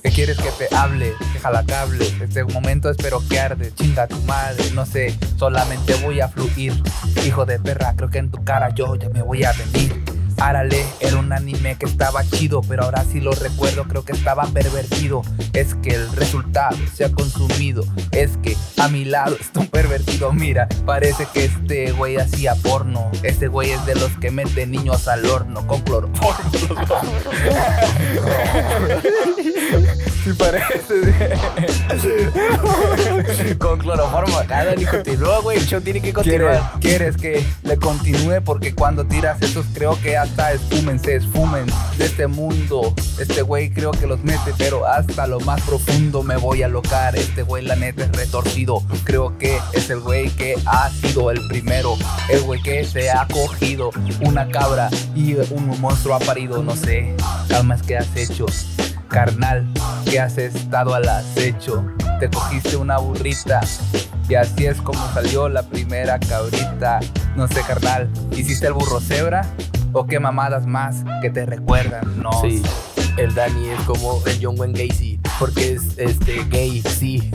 ¿Qué quieres que te hable? Que jala cable. Este momento espero que arde. Chinga tu madre, no sé. Solamente voy a fluir. Hijo de perra, creo que en tu cara yo ya me voy a venir. Árale, era un anime que estaba chido, pero ahora sí lo recuerdo, creo que estaba pervertido. Es que el resultado se ha consumido. Es que a mi lado está un pervertido. Mira, parece que este güey hacía porno. Este güey es de los que mete niños al horno con cloroformo. Sí parece. Con cloroformo acá, Dani, continúa, güey. El show tiene que continuar. ¿Quieres que le continúe? Porque cuando tiras esos creo que hasta se esfumen de este mundo. Este güey creo que los mete, pero hasta lo más profundo me voy a alocar. Este güey la neta es retorcido. Creo que es el güey que ha sido el primero. El güey que se ha cogido una cabra y un monstruo ha parido. No sé, calma, es que has hecho. Carnal, que has estado al acecho. Te cogiste una burrita y así es como salió la primera cabrita. No sé, carnal, ¿hiciste el burro cebra? ¿O qué mamadas más que te recuerdan? No. Sí, el Dani es como el John Wayne Gacy, porque es gay, sí.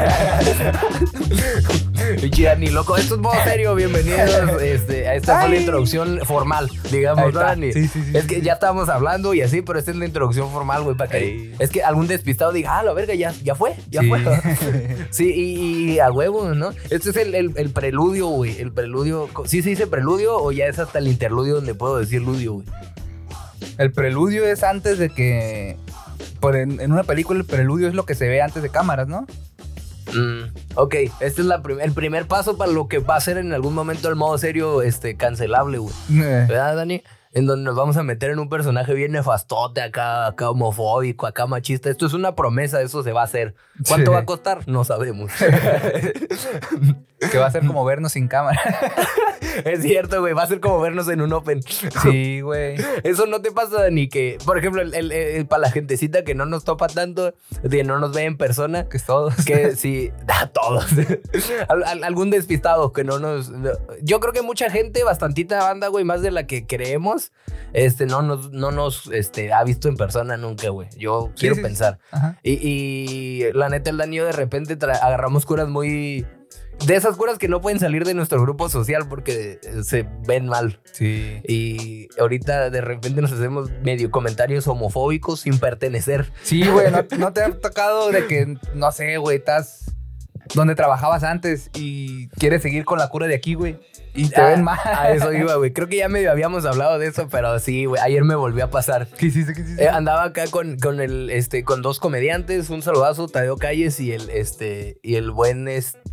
Pinche Dani, loco, esto es modo serio, bienvenidos a esta fue la introducción formal, digamos, Dani. Sí. Es que ya estábamos hablando y así, pero esta es la introducción formal, güey, para que es que algún despistado diga, la verga, ya fue. Sí, y a huevo, ¿no? Este es el preludio, güey, el preludio. ¿Sí se dice preludio o ya es hasta el interludio donde puedo decir ludio, güey? El preludio es antes de que... En una película el preludio es lo que se ve antes de cámaras, ¿no? Ok, este es el primer paso para lo que va a ser en algún momento el modo serio cancelable, güey. ¿Verdad, Dani? En donde nos vamos a meter en un personaje bien nefastote, acá homofóbico, acá machista. Esto es una promesa, eso se va a hacer. ¿Cuánto va a costar? No sabemos. Que va a ser como vernos sin cámara. Es cierto, güey, va a ser como vernos en un open. Sí, güey. Eso no te pasa ni que, por ejemplo, para la gentecita que no nos topa tanto, que no nos ve en persona. Que es todos. Que sí, todos. Algún despistado que no nos... Yo creo que mucha gente, bastantita banda, güey, más de la que creemos, no nos ha visto en persona nunca, güey. Yo quiero pensar. Y la neta, el Dani y yo de repente agarramos curas muy... De esas curas que no pueden salir de nuestro grupo social porque se ven mal. Sí. Y ahorita de repente nos hacemos medio comentarios homofóbicos sin pertenecer. Sí, güey, ¿no te ha tocado de que, no sé, güey, estás donde trabajabas antes y quieres seguir con la cura de aquí, güey? Y te ven mal. A eso iba, güey. Creo que ya medio habíamos hablado de eso, pero sí, güey. Ayer me volvió a pasar. ¿Qué hiciste? Andaba acá con dos comediantes, un saludazo, Tadeo Calles y el buen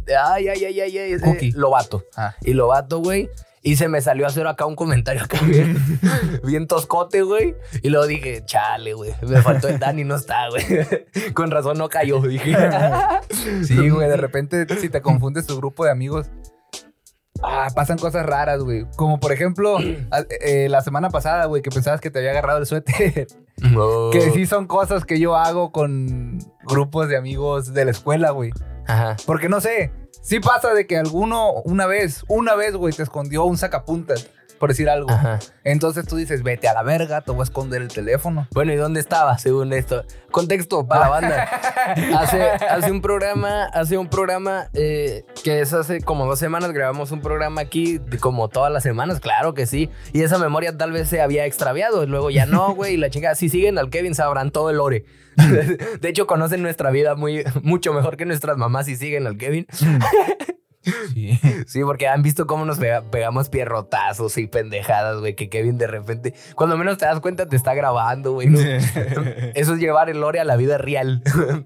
Lobato. Y Lobato, güey. Y se me salió a hacer acá un comentario acá bien toscote, güey. Y luego dije, chale, güey. Me faltó el Dani, no está, güey. Con razón no cayó, dije. Sí, güey. De repente, si te confundes tu grupo de amigos, pasan cosas raras, güey. Como por ejemplo, la semana pasada, güey, que pensabas que te había agarrado el suéter. No. Que sí son cosas que yo hago con grupos de amigos de la escuela, güey. Ajá. Porque no sé, sí pasa de que alguno una vez, güey, te escondió un sacapuntas, por decir algo. Ajá. Entonces tú dices, vete a la verga, te voy a esconder el teléfono. Bueno, ¿y dónde estaba, según esto? Contexto para la banda. Hace un programa que es hace como 2 semanas, grabamos un programa aquí como todas las semanas, claro que sí. Y esa memoria tal vez se había extraviado, y luego ya no, güey, y la chingada. Si siguen al Kevin sabrán todo el lore. De hecho, conocen nuestra vida mucho mejor que nuestras mamás y siguen al Kevin. Sí. Sí, porque han visto cómo nos pegamos pierrotazos y pendejadas, güey, que Kevin de repente, cuando menos te das cuenta, te está grabando, güey, ¿no? Eso es llevar el lore a la vida real.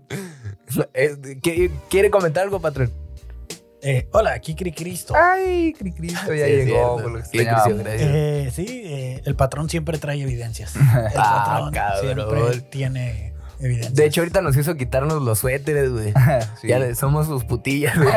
¿Quiere comentar algo, patrón? Hola, aquí Cristo. Ay, Cristo ya llegó. Gracias. Sí, el patrón siempre trae evidencias. El patrón siempre tiene evidencias. De hecho, ahorita nos hizo quitarnos los suéteres, güey. Sí. Ya somos sus putillas, güey.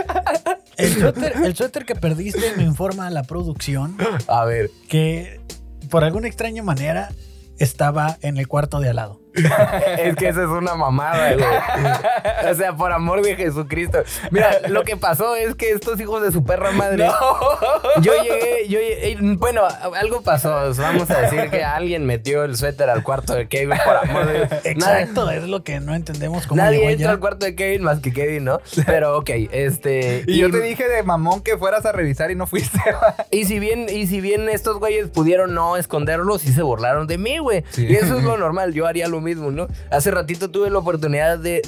El suéter que perdiste me informa la producción. A ver. Que por alguna extraña manera estaba en el cuarto de al lado. Es que esa es una mamada, güey. O sea, por amor de Jesucristo. Mira, lo que pasó es que estos hijos de su perra madre. No. Yo llegué. Bueno, algo pasó. Vamos a decir que alguien metió el suéter al cuarto de Kevin, por amor de Dios. Exacto, es lo que no entendemos. Cómo nadie llegó entra allá al cuarto de Kevin más que Kevin, ¿no? Pero ok, Y yo te dije de mamón que fueras a revisar y no fuiste. Y si bien estos güeyes pudieron no esconderlo, sí se burlaron de mí, güey. Sí. Y eso es lo normal, yo haría lo mismo, ¿no? Hace ratito tuve la oportunidad de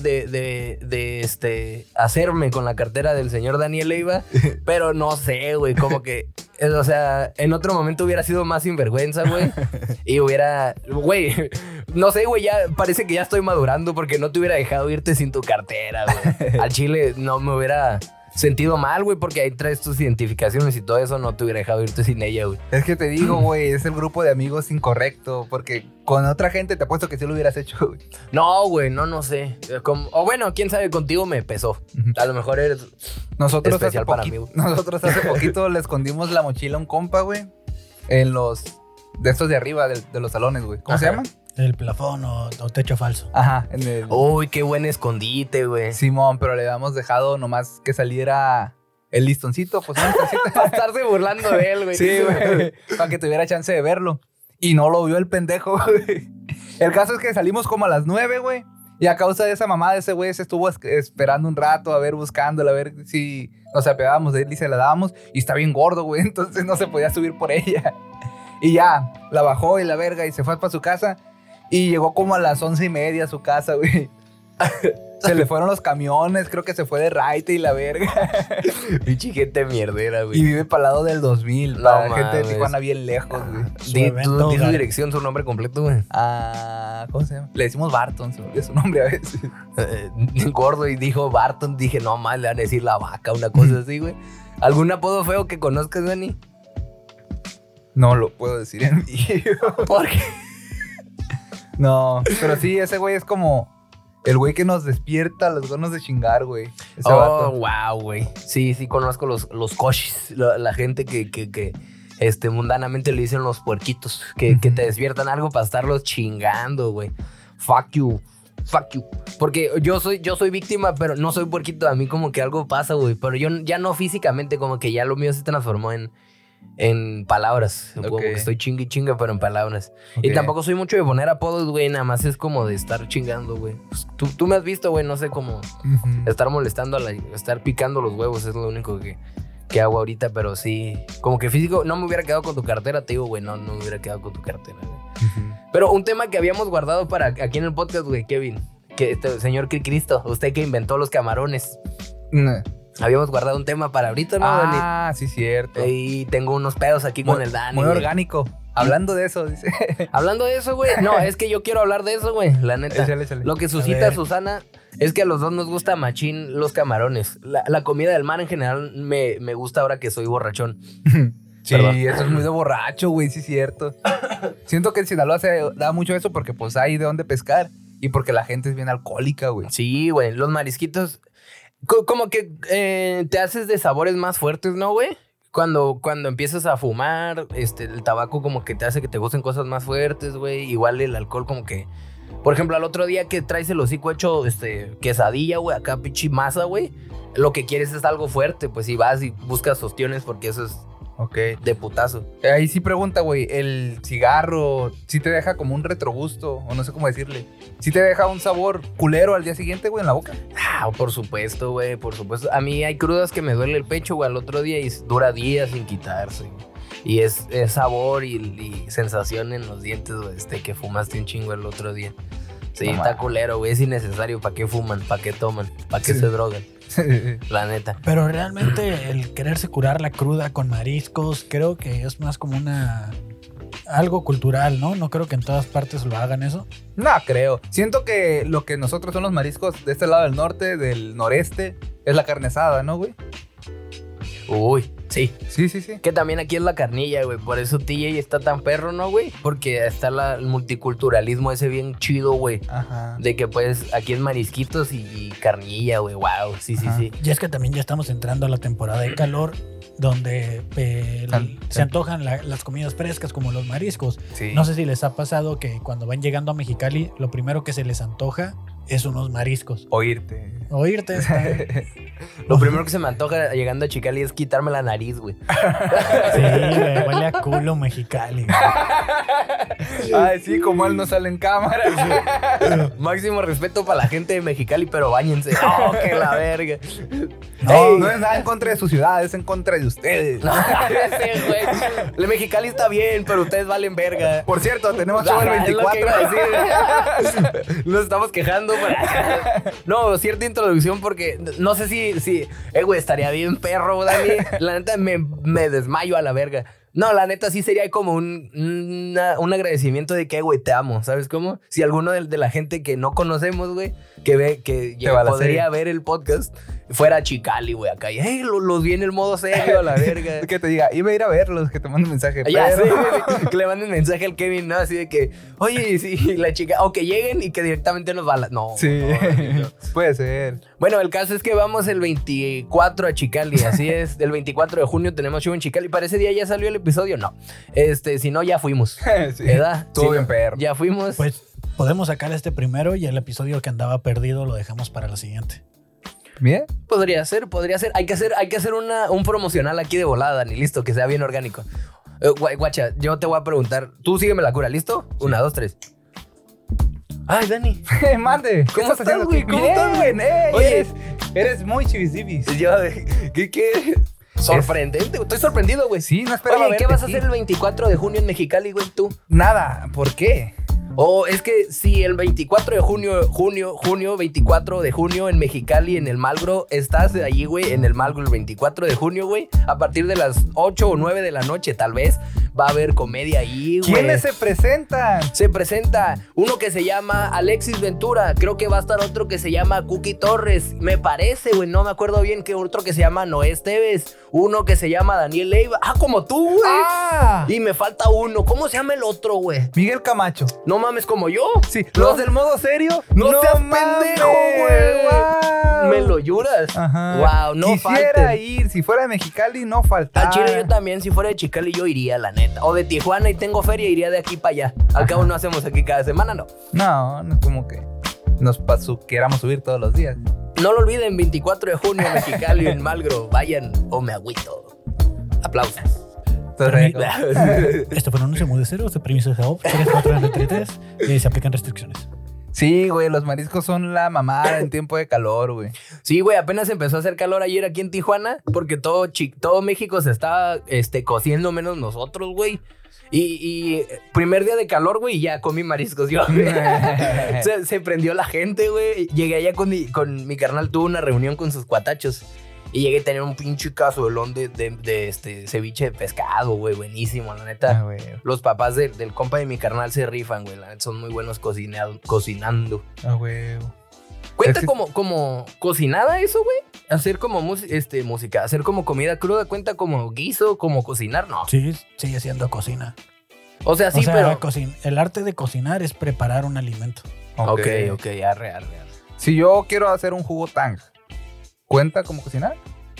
hacerme con la cartera del señor Daniel Leiva, pero no sé, güey, como que, o sea, en otro momento hubiera sido más sinvergüenza, güey. Y hubiera, güey, no sé, güey, ya parece que ya estoy madurando porque no te hubiera dejado irte sin tu cartera, güey. Al chile no me hubiera sentido mal, güey, porque ahí traes tus identificaciones y todo eso, no te hubiera dejado irte sin ella, güey. Es que te digo, güey, es el grupo de amigos incorrecto, porque con otra gente te apuesto que sí lo hubieras hecho, güey. No, güey, no sé. O bueno, quién sabe, contigo me pesó. A lo mejor eres especial para mí, güey. Nosotros hace poquito le escondimos la mochila a un compa, güey, en los de estos de arriba de los salones, güey. ¿Cómo se llaman? El plafón o techo falso. Ajá. Uy, qué buen escondite, güey. Simón, pero le habíamos dejado nomás que saliera el listoncito, pues un listoncito. Para estarse burlando de él, güey. Sí, güey. Para que tuviera chance de verlo. Y no lo vio el pendejo, güey. El caso es que salimos como a las 9, güey. Y a causa de esa mamada, ese güey se estuvo esperando un rato, a ver, buscándola, a ver si nos apegábamos de él y se la dábamos. Y está bien gordo, güey. Entonces no se podía subir por ella. Y ya, la bajó y la verga y se fue para su casa. Y llegó como a las 11:30 a su casa, güey. Se le fueron los camiones, creo que se fue de raite y la verga. Pinche gente mierdera, güey. Y vive para el lado del 2000. No, la gente de Tijuana bien lejos, güey. Di su dirección, su nombre completo, güey. ¿Cómo se llama? Le decimos Barton, es su nombre a veces. Gordo y dijo Barton, dije, no más, le van a decir la vaca, una cosa así, güey. ¿Algún apodo feo que conozcas, Dani? No lo puedo decir en vivo. ¿Por qué? No, pero sí, ese güey es como el güey que nos despierta las ganas de chingar, güey. Wow, güey. Sí, conozco los cochis, la gente que mundanamente le dicen los puerquitos, que te despiertan algo para estarlos chingando, güey. Fuck you. Porque yo soy víctima, pero no soy puerquito. A mí como que algo pasa, güey. Pero yo ya no físicamente, como que ya lo mío se transformó en palabras. Okay. Como que estoy chingue, pero en palabras. Okay. Y tampoco soy mucho de poner apodos, güey. Nada más es como de estar chingando, güey. Pues, tú me has visto, güey. No sé cómo estar molestando, estar picando los huevos. Es lo único que hago ahorita. Pero sí, como que físico, no me hubiera quedado con tu cartera, te digo, güey. No me hubiera quedado con tu cartera, güey. Pero un tema que habíamos guardado para aquí en el podcast, güey, Kevin. Que señor Cristo, usted que inventó los camarones. Habíamos guardado un tema para ahorita, ¿no, Dani? Sí, cierto. Y tengo unos pedos aquí con el Dani. Muy orgánico. Hablando de eso, dice. Hablando de eso, güey. No, es que yo quiero hablar de eso, güey. La neta. Échale. Lo que suscita Susana es que a los dos nos gusta machín los camarones. La comida del mar en general me gusta ahora que soy borrachón. Sí, perdón. Eso es muy de borracho, güey, sí, cierto. Siento que en Sinaloa se da mucho eso porque pues hay de dónde pescar y porque la gente es bien alcohólica, güey. Sí, güey. Los marisquitos... Como que te haces de sabores más fuertes, ¿no, güey? Cuando empiezas a fumar, el tabaco como que te hace que te gusten cosas más fuertes, güey. Igual el alcohol como que... Por ejemplo, al otro día que traes el hocico hecho quesadilla, güey, acá pinche masa, güey. Lo que quieres es algo fuerte, pues si vas y buscas ostiones porque eso es de putazo. Ahí sí pregunta, güey, el cigarro, ¿sí te deja como un retrogusto? O no sé cómo decirle. ¿Sí te deja un sabor culero al día siguiente, güey, en la boca? Por supuesto, güey, por supuesto. A mí hay crudas que me duele el pecho, güey, al otro día y dura días sin quitarse, güey. Y es sabor y sensación en los dientes, güey, que fumaste un chingo el otro día. Sí, no, está culero, güey, es innecesario. ¿Para qué fuman? ¿Para qué toman? ¿Para qué se drogan? La neta. Pero realmente el quererse curar la cruda con mariscos, creo que es más como algo cultural, ¿no? No creo que en todas partes lo hagan eso. No creo. Siento que lo que nosotros son los mariscos de este lado del norte, del noreste, es la carne asada, ¿no, güey? Uy, sí. Sí. Que también aquí es la carnilla, güey. Por eso TJ está tan perro, ¿no, güey? Porque está el multiculturalismo ese bien chido, güey. Ajá. De que pues aquí es marisquitos y carnilla, güey. Wow, sí. Y es que también ya estamos entrando a la temporada de calor. donde se antojan las comidas frescas como los mariscos. Sí. No sé si les ha pasado que cuando van llegando a Mexicali, lo primero que se les antoja es unos mariscos. Oírte. Oírte. Lo primero que se me antoja llegando a Chicali es quitarme la nariz, güey. Sí, güey, huele a culo Mexicali. Ay, sí, como él no sale en cámara. Máximo respeto para la gente de Mexicali, pero báñense. ¡Oh, que la verga! No, no es nada en contra de su ciudad, es en contra de ustedes. No, sí, güey. El Mexicali está bien, pero ustedes valen verga. Por cierto, tenemos show el Ajá, es lo que 24. iba a decir. Nos estamos quejando. No, cierta introducción porque no sé si güey, estaría bien perro, Dani. La neta me desmayo a la verga. No, la neta sí sería como un agradecimiento de que, güey, te amo, ¿sabes cómo? Si alguno de la gente que no conocemos, güey, que podría ver el podcast, fuera a Chicali, güey, acá. Y, hey, los vi en el modo serio, a la verga. Que te diga, iba a ir a verlos, que te manden mensaje. Ya pero... sé, güey, que le manden mensaje al Kevin, ¿no? Así de que, oye, sí, la chica, o que lleguen y que directamente nos va No. Sí, no. puede ser. Bueno, el caso es que vamos el 24 a Chicali, así es. El 24 de junio tenemos show en Chicali. ¿Para ese día ya salió el episodio? No. Si no, ya fuimos. Sí. ¿Verdad? Estuvo Si bien no, perro. ya fuimos. Pues podemos sacar este primero y el episodio que andaba perdido lo dejamos para la siguiente. ¿Bien? Podría ser. Hay que hacer un promocional aquí de volada, Dani. Listo, que sea bien orgánico. Guacha, yo te voy a preguntar. Tú sígueme la cura, ¿listo? 1, 2, 3. Ay, Dani. Mande. ¿Qué ¿Cómo estás haciendo, güey? aquí? ¿Cómo Bien, estás, güey? Oye, Oye, eres muy chivisibis. yo, ¿qué? Sorprendente. Estoy sorprendido, güey. Sí, no esperaba Oye, ¿qué verte vas a aquí. hacer el 24 de junio en Mexicali, güey, tú? Nada. ¿Por qué? Es que si el 24 de junio, 24 de junio en Mexicali, en el Malgro, estás allí, güey, en el Malgro el 24 de junio, güey, a partir de las 8 o 9 de la noche, tal vez, va a haber comedia ahí, güey. ¿Quiénes se presentan? Se presenta uno que se llama Alexis Ventura, creo que va a estar otro que se llama Cookie Torres, me parece, güey, no me acuerdo bien, que otro que se llama Noé Esteves, uno que se llama Daniel Leiva, como tú, güey. ¡Ah! Y me falta uno, ¿cómo se llama el otro, güey? Miguel Camacho. No mames, como yo. Sí, No. los del modo serio. No seas mames, pendejo, güey. Wow. ¿Me lo juras? Ajá. Wow, no Quisiera falten. ir, si fuera de Mexicali, no faltara. Al Chile yo también, si fuera de Chicali yo iría, la neta. O de Tijuana y tengo feria, iría de aquí para allá. Al cabo no hacemos aquí cada semana, no. No, no es como que nos queramos subir todos los días. No lo olviden, 24 de junio en Mexicali, en Malgro. Vayan o me agüito. Aplausos. Entonces, Este fue un anuncio muy de cero, de permisos de OP 3433 y se aplican restricciones. sí, güey, los mariscos son la mamada en tiempo de calor, güey. Sí, güey, apenas empezó a hacer calor ayer aquí en Tijuana porque todo México se estaba cociendo menos nosotros, güey. Y primer día de calor, güey, y ya comí mariscos yo. se prendió la gente, güey. Llegué allá con mi carnal, tuvo una reunión con sus cuatachos. Y llegué a tener un pinche cazuelón de ceviche de pescado, güey, buenísimo, la neta. Ah, güey. Los papás del compa de mi carnal se rifan, güey, la neta, son muy buenos cocinando. Ah, güey. ¿Cuenta Es que- como cocinada eso, güey? Hacer como música, hacer como comida cruda, ¿cuenta como guiso, como cocinar? No. Sí, sigue siendo cocina. O sea, sí, o sea, pero... el arte de cocinar es preparar un alimento. Ok, arre. Si yo quiero hacer un jugo tang, ¿cuenta como cocinar?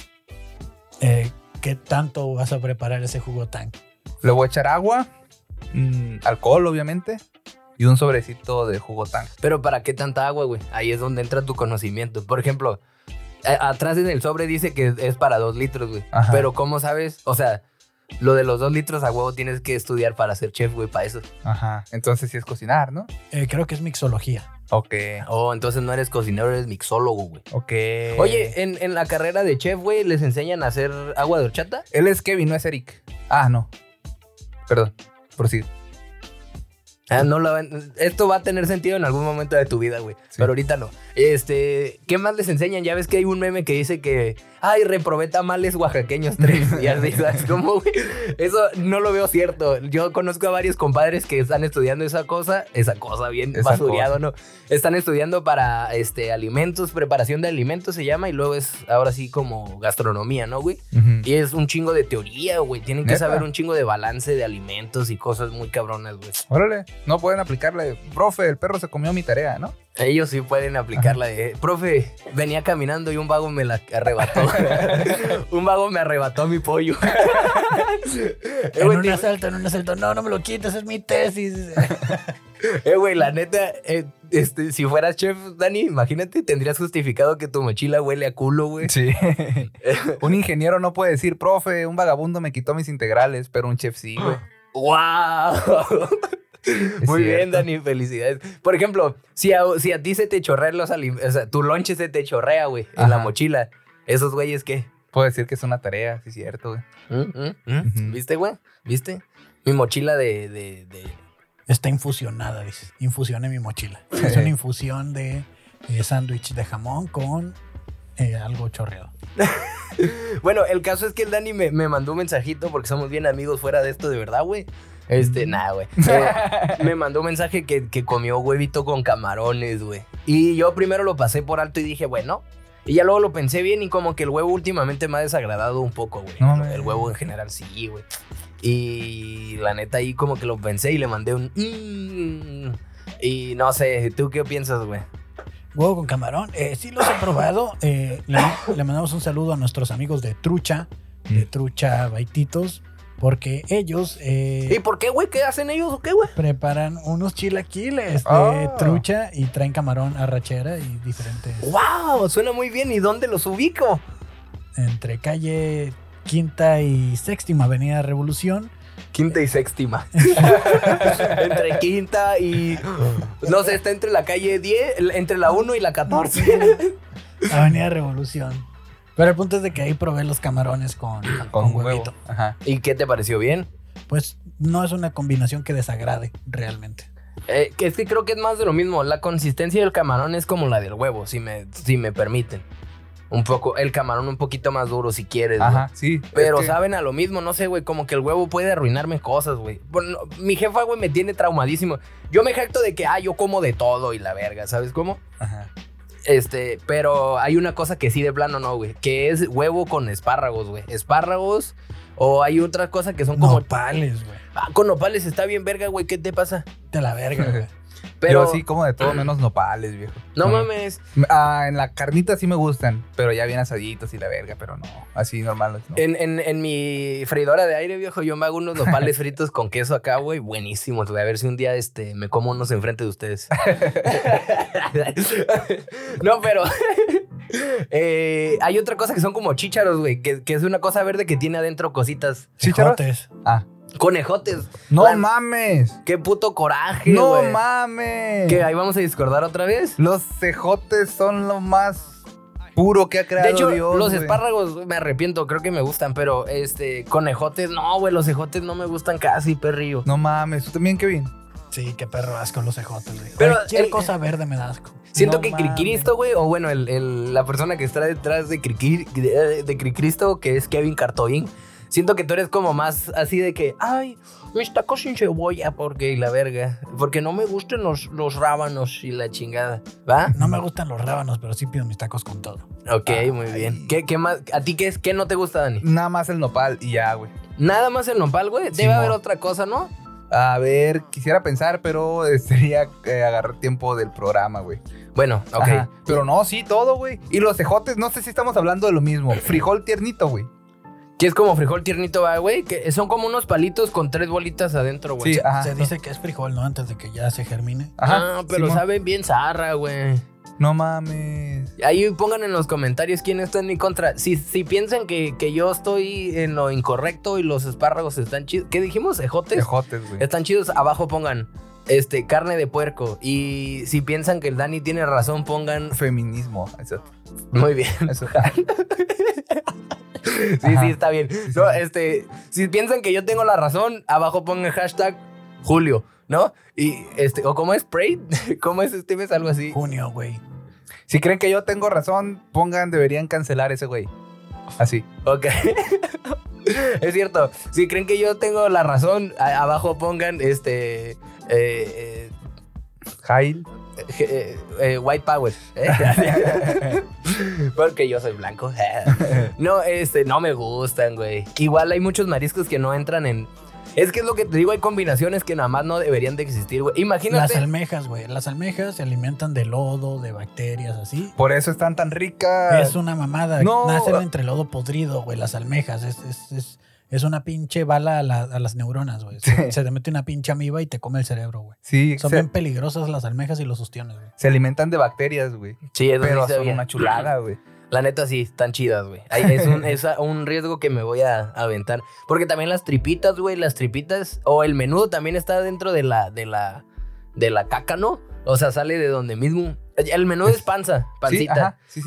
¿Qué tanto vas a preparar ese jugo tan? Le voy a echar agua, alcohol, obviamente, y un sobrecito de jugo tang. Pero ¿para qué tanta agua, güey? Ahí es donde entra tu conocimiento. Por ejemplo, atrás en el sobre dice que es para 2 litros, güey. Ajá. Pero ¿cómo sabes? O sea, lo de los 2 litros a huevo tienes que estudiar para ser chef, güey, para eso. Ajá. Entonces sí es cocinar, ¿no? Creo que es mixología. Ok. Oh, entonces no eres cocinero, eres mixólogo, güey. Ok. Oye, en la carrera de chef, güey, ¿les enseñan a hacer agua de horchata? Él es Kevin, no es Eric. Ah, no. Perdón. Prosigue. Esto va a tener sentido en algún momento de tu vida, güey. Sí. Pero ahorita no. ¿Qué más les enseñan? Ya ves que hay un meme que dice que... Ay, reprobé tamales oaxaqueños 3. Y así, ¿sabes cómo, güey? Eso no lo veo cierto. Yo conozco a varios compadres que están estudiando esa cosa bien Esa basureado, cosa. ¿no? Están estudiando para alimentos, preparación de alimentos se llama. Y luego es ahora sí como gastronomía, ¿no, güey? Ujú. Y es un chingo de teoría, güey. Tienen que ¿Neta? saber un chingo de balance de alimentos y cosas muy cabronas, güey. Órale. No pueden aplicarle. Profe, el perro se comió mi tarea, ¿no? Ellos sí pueden aplicar la de, profe, venía caminando y un vago me la arrebató. Un vago me arrebató mi pollo. En un asalto. No me lo quites, es mi tesis. Güey, la neta, si fueras chef, Dani, imagínate, tendrías justificado que tu mochila huele a culo, güey. Sí. Un ingeniero no puede decir, profe, un vagabundo me quitó mis integrales, pero un chef sí, güey. ¡Wow! Muy bien, cierto. Dani, felicidades. Por ejemplo, si a ti se te chorrean o sea, tu lonche se te chorrea, güey, en la Ajá. mochila, ¿esos güeyes qué? Puedo decir que es una tarea, sí es cierto, güey. Ujú. ¿Viste, güey? ¿Viste? Mi mochila de... Está infusionada, dice. Infusioné mi mochila. Es una infusión de sándwich de jamón con algo chorreado. Bueno, el caso es que el Dani me mandó un mensajito porque somos bien amigos fuera de esto, de verdad, güey. Nada, güey. Me mandó un mensaje que comió huevito con camarones, güey. Y yo primero lo pasé por alto y dije, bueno. Y ya luego lo pensé bien y como que el huevo últimamente me ha desagradado un poco, güey. No, El huevo en general sí, güey. Y la neta ahí como que lo pensé y le mandé un... Y no sé, ¿tú qué piensas, güey? Huevo con camarón. Sí los he probado. Le mandamos un saludo a nuestros amigos de Trucha Baititos, porque ellos ¿Y por qué, güey? ¿Qué hacen ellos o qué, güey? preparan unos chilaquiles de Ah. trucha y traen camarón, arrachera y diferentes. ¡Wow! Suena muy bien. ¿Y dónde los ubico? Entre calle Quinta y Séptima Avenida Revolución. Quinta y séptima. Entre quinta y... No sé, está entre la calle 10, entre la 1 y la 14. Avenida Revolución. Pero el punto es de que ahí probé los camarones con Con huevito. huevo. Ajá. ¿Y qué te pareció bien? Pues no es una combinación que desagrade realmente. Es que creo que es más de lo mismo. La consistencia del camarón es como la del huevo, si me permiten. Un poco, el camarón un poquito más duro si quieres, güey. Ajá, sí. Pero es que- saben a lo mismo, no sé, güey, como que el huevo puede arruinarme cosas, güey. Bueno, mi jefa, güey, me tiene traumadísimo. Yo me jacto de que, yo como de todo y la verga, ¿sabes cómo? Ajá. Pero hay una cosa que sí de plano no, güey, que es huevo con espárragos, güey. Espárragos, o hay otra cosa que son como... Nopales, güey. Con nopales está bien verga, güey, ¿qué te pasa? De la verga, güey. Pero Yo sí como de todo menos nopales, viejo. no mames, En la carnita sí me gustan, pero ya bien asaditos y la verga, pero no. Así normal. No. en mi freidora de aire, viejo, yo me hago unos nopales fritos con queso acá, güey, buenísimos, güey. A ver si un día me como unos enfrente de ustedes. No, pero hay otra cosa que son como chícharos, güey, que es una cosa verde que tiene adentro cositas. ¿Chícharos? Ejotes. Ah. Conejotes. ¡No La- mames! ¡Qué puto coraje, ¡No güey! mames! ¿Qué? ¿Ahí vamos a discordar otra vez? Los cejotes son lo más puro que ha creado De hecho, Dios, los güey. espárragos me arrepiento, creo que me gustan, pero conejotes, no, güey, los ejotes no me gustan casi, perrillo. No mames, ¿tú también, Kevin? Sí, qué perro asco los ejotes, güey. Pero Cualquier el- cosa verde me da asco. Siento No que mames. Cricristo, güey, o bueno, la persona que está detrás de Cricristo, que es Kevin Cartoín, siento que tú eres como más así de que, ay, mis tacos sin cebolla, porque y la verga, porque no me gustan los rábanos y la chingada, ¿va? No me gustan los rábanos, pero sí pido mis tacos con todo. Ok, muy bien. ¿Qué más? ¿A ti qué no te gusta, Dani? Nada más el nopal y ya, güey. Nada más el nopal, güey. Debe Simón. haber otra cosa, ¿no? A ver, quisiera pensar, pero sería agarrar tiempo del programa, güey. Bueno, ok. Ajá. Pero no, sí, todo, güey. Y los cejotes, no sé si estamos hablando de lo mismo. Frijol tiernito, güey. Que es como frijol tiernito, ¿va, güey? Que son como unos palitos con 3 bolitas adentro, güey. Sí, ajá. Se dice que es frijol, ¿no? Antes de que ya se germine. Ah, pero Simón. saben bien zarra, güey. No mames. Ahí pongan en los comentarios quién está en mi contra. Si piensan que yo estoy en lo incorrecto y los espárragos están chidos. ¿Qué dijimos? ¿Ejotes? Cejotes, güey. Están chidos. Abajo pongan carne de puerco. Y si piensan que el Dani tiene razón, pongan... Feminismo. Eso. Muy bien. Eso. Sí, Ajá. sí, está bien. No, si piensan que yo tengo la razón, abajo pongan hashtag Julio, ¿no? Y o cómo es Pride, ¿cómo es mes? Algo así. Junio, güey. Si creen que yo tengo razón, deberían cancelar ese güey. Así. Ok. Es cierto. Si creen que yo tengo la razón, abajo pongan Jail. White Power. Porque yo soy blanco. No, no me gustan, güey. Igual hay muchos mariscos que no entran en... Es que es lo que te digo, hay combinaciones que nada más no deberían de existir, güey. Imagínate. Las almejas, güey. Las almejas se alimentan de lodo, de bacterias, así. Por eso están tan ricas. Es una mamada. No. Nacen entre lodo podrido, güey. Las almejas. Es una pinche bala a las neuronas, güey. Se te mete una pinche amiba y te come el cerebro, güey. Sí, Son bien peligrosas las almejas y los ostiones, güey. se alimentan de bacterias, güey. Sí, eso Pero sí son sabía. una chulada, güey. La neta sí, están chidas, güey. Es un riesgo que me voy a aventar. Porque también las tripitas, güey, o el menudo también está dentro de la caca, ¿no? O sea, sale de donde mismo. El menudo es pancita. Sí.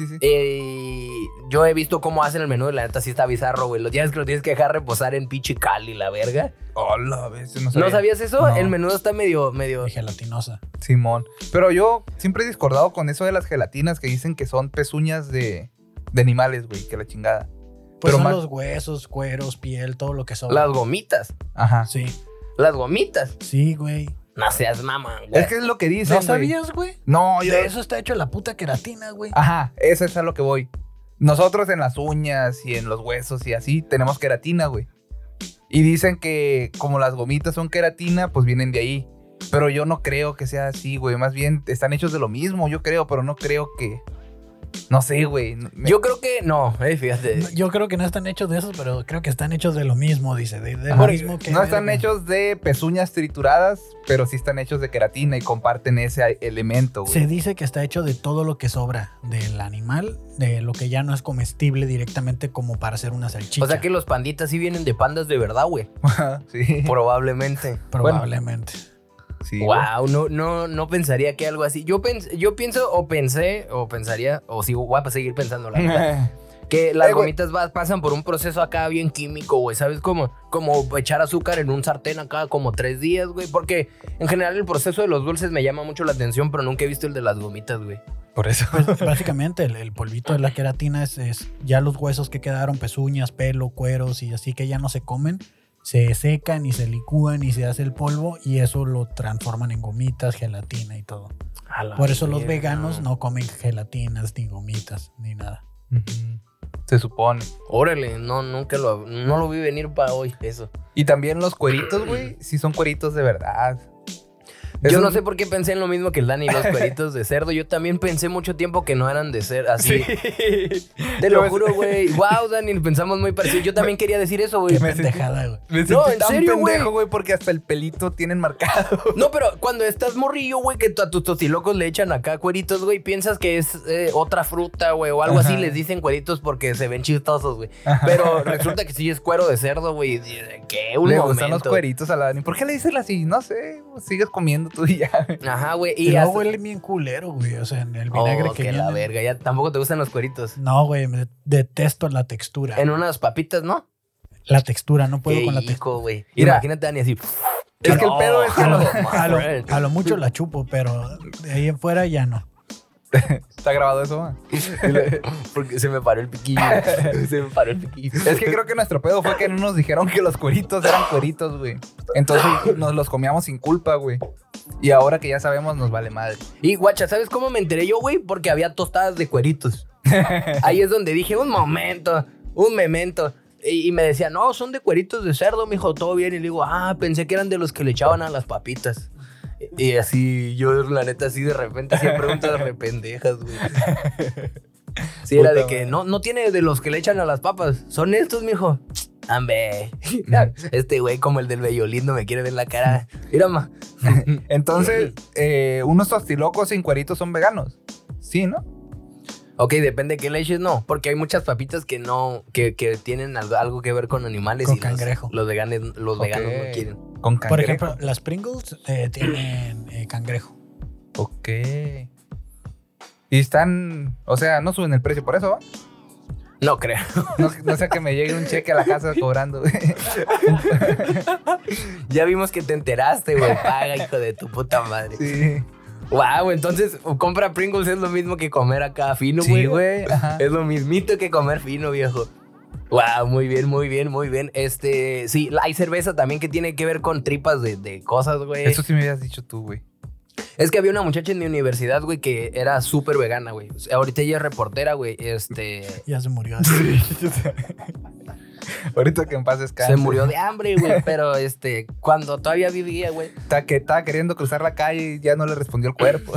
Yo he visto cómo hacen el menudo y la neta sí está bizarro, güey. Los días que lo tienes que dejar reposar en pinche cal y la verga. Hola, ¿ves? ¿No sabías eso? No. El menudo está medio... Y gelatinosa. Simón. Pero yo siempre he discordado con eso de las gelatinas que dicen que son pezuñas de animales, güey, que la chingada. Pues Pero son más- los huesos, cueros, piel, todo lo que sobra. Las gomitas. Ajá. Sí. Las gomitas. Sí, güey. No seas mamá, güey. Es que es lo que dicen, ¿No güey. sabías, güey? No, yo... De eso está hecho la puta queratina, güey. Ajá, eso es a lo que voy. Nosotros en las uñas y en los huesos y así tenemos queratina, güey. Y dicen que como las gomitas son queratina, pues vienen de ahí. Pero yo no creo que sea así, güey. Más bien están hechos de lo mismo, yo creo, pero no creo que... No sé, güey. Yo creo que no, fíjate. Yo creo que no están hechos de eso, pero creo que están hechos de lo mismo, dice. De lo Ajá. mismo que... No están hechos de pezuñas trituradas, pero sí están hechos de queratina y comparten ese elemento, güey. Se dice que está hecho de todo lo que sobra del animal, de lo que ya no es comestible directamente como para hacer una salchicha. O sea que los panditas sí vienen de pandas de verdad, güey. Sí. Probablemente. Probablemente. Sí, güey. Wow, no pensaría que algo así. Yo pienso o pensaría, o sigo, voy a seguir pensando la verdad, que las güey. gomitas pasan por un proceso acá bien químico, güey. ¿Sabes cómo? Como echar azúcar en un sartén acá como 3 días, güey. Porque en general el proceso de los dulces me llama mucho la atención, pero nunca he visto el de las gomitas, güey. Por eso. Pues, básicamente el polvito de la queratina es ya los huesos que quedaron, pezuñas, pelo, cueros y así que ya no se comen, se secan y se licúan y se hace el polvo y eso lo transforman en gomitas, gelatina y todo. Por eso los veganos no comen gelatinas ni gomitas ni nada. Se supone. Órale, no lo vi venir para hoy, eso. Y también los cueritos, güey, sí son cueritos de verdad. Yo Esos- no sé por qué pensé en lo mismo que el Dani, los cueritos de cerdo. Yo también pensé mucho tiempo que no eran de ser así. Te lo juro, güey. Wow, Dani, pensamos muy parecido. Yo también quería decir eso, güey. Qué pendejada, güey. Me No, sentí en tan serio, güey. pendejo, güey, porque hasta el pelito tienen marcado. No, pero cuando estás morrillo, güey, que a tus tostilocos le echan acá cueritos, güey, piensas que es otra fruta, güey, o algo así. Ajá. Les dicen cueritos porque se ven chistosos, güey. Pero resulta que sí es cuero de cerdo, güey. ¿Qué? Un Le momento. gustan los cueritos a la Dani. ¿Por qué le dices así? No sé, sigues comiendo tú y ya. Ajá, güey. Y luego huele bien culero, güey. O sea, en el vinagre Oh, que que la viene. verga. Ya tampoco te gustan los cueritos. No, güey, detesto la textura. En unas papitas, ¿no? La textura, no puedo Qué con la hijo, textura. güey. Mira. Imagínate, Dani, así. Es que el pedo es que no, A lo mucho la chupo, pero de ahí en fuera ya no. ¿Está grabado eso, ma? Porque se me paró el piquillo. Se me paró el piquillo. Es que creo que nuestro pedo fue que no nos dijeron que los cueritos eran cueritos, güey. Entonces nos los comíamos sin culpa, güey. Y ahora que ya sabemos, nos vale madre. Y guacha, ¿sabes cómo me enteré yo, güey? Porque había tostadas de cueritos. Ahí es donde dije, un memento. Y me decía, no, son de cueritos de cerdo, mijo, todo bien. Y le digo, pensé que eran de los que le echaban a las papitas. Y así, yo la neta, así de repente hacía preguntas re pendejas, güey. Sí, era Puta de que madre. no tiene de los que le echan a las papas. Son estos, mijo. Ambe. Este güey, como el del Bellolindo, me quiere ver la cara. Mira, ma. Entonces, unos tostilocos sin cueritos son veganos. Sí, ¿no? Ok, depende de qué le eches, no. Porque hay muchas papitas que no, que tienen algo que ver con animales. Con y cangrejo. Los veganos no quieren. Con Por cangrejo. ejemplo, las Pringles tienen cangrejo. Ok. Y están... O sea, no suben el precio por eso, ¿va? No creo. No sea que me llegue un cheque a la casa cobrando, güey. Ya vimos que te enteraste, güey. Paga, hijo de tu puta madre. Sí. Wow, entonces compra Pringles es lo mismo que comer acá fino, güey. Sí, güey. Ajá. Es lo mismito que comer fino, viejo. Wow, muy bien. Sí, hay cerveza también que tiene que ver con tripas de cosas, güey. Eso sí me habías dicho tú, güey. Es que había una muchacha en mi universidad, güey, que era súper vegana, güey. Ahorita ella es reportera, güey. Ya se murió así. Ahorita que en paz descanse. Se murió de hambre, güey, pero cuando todavía vivía, güey. Estaba queriendo cruzar la calle y ya no le respondió el cuerpo.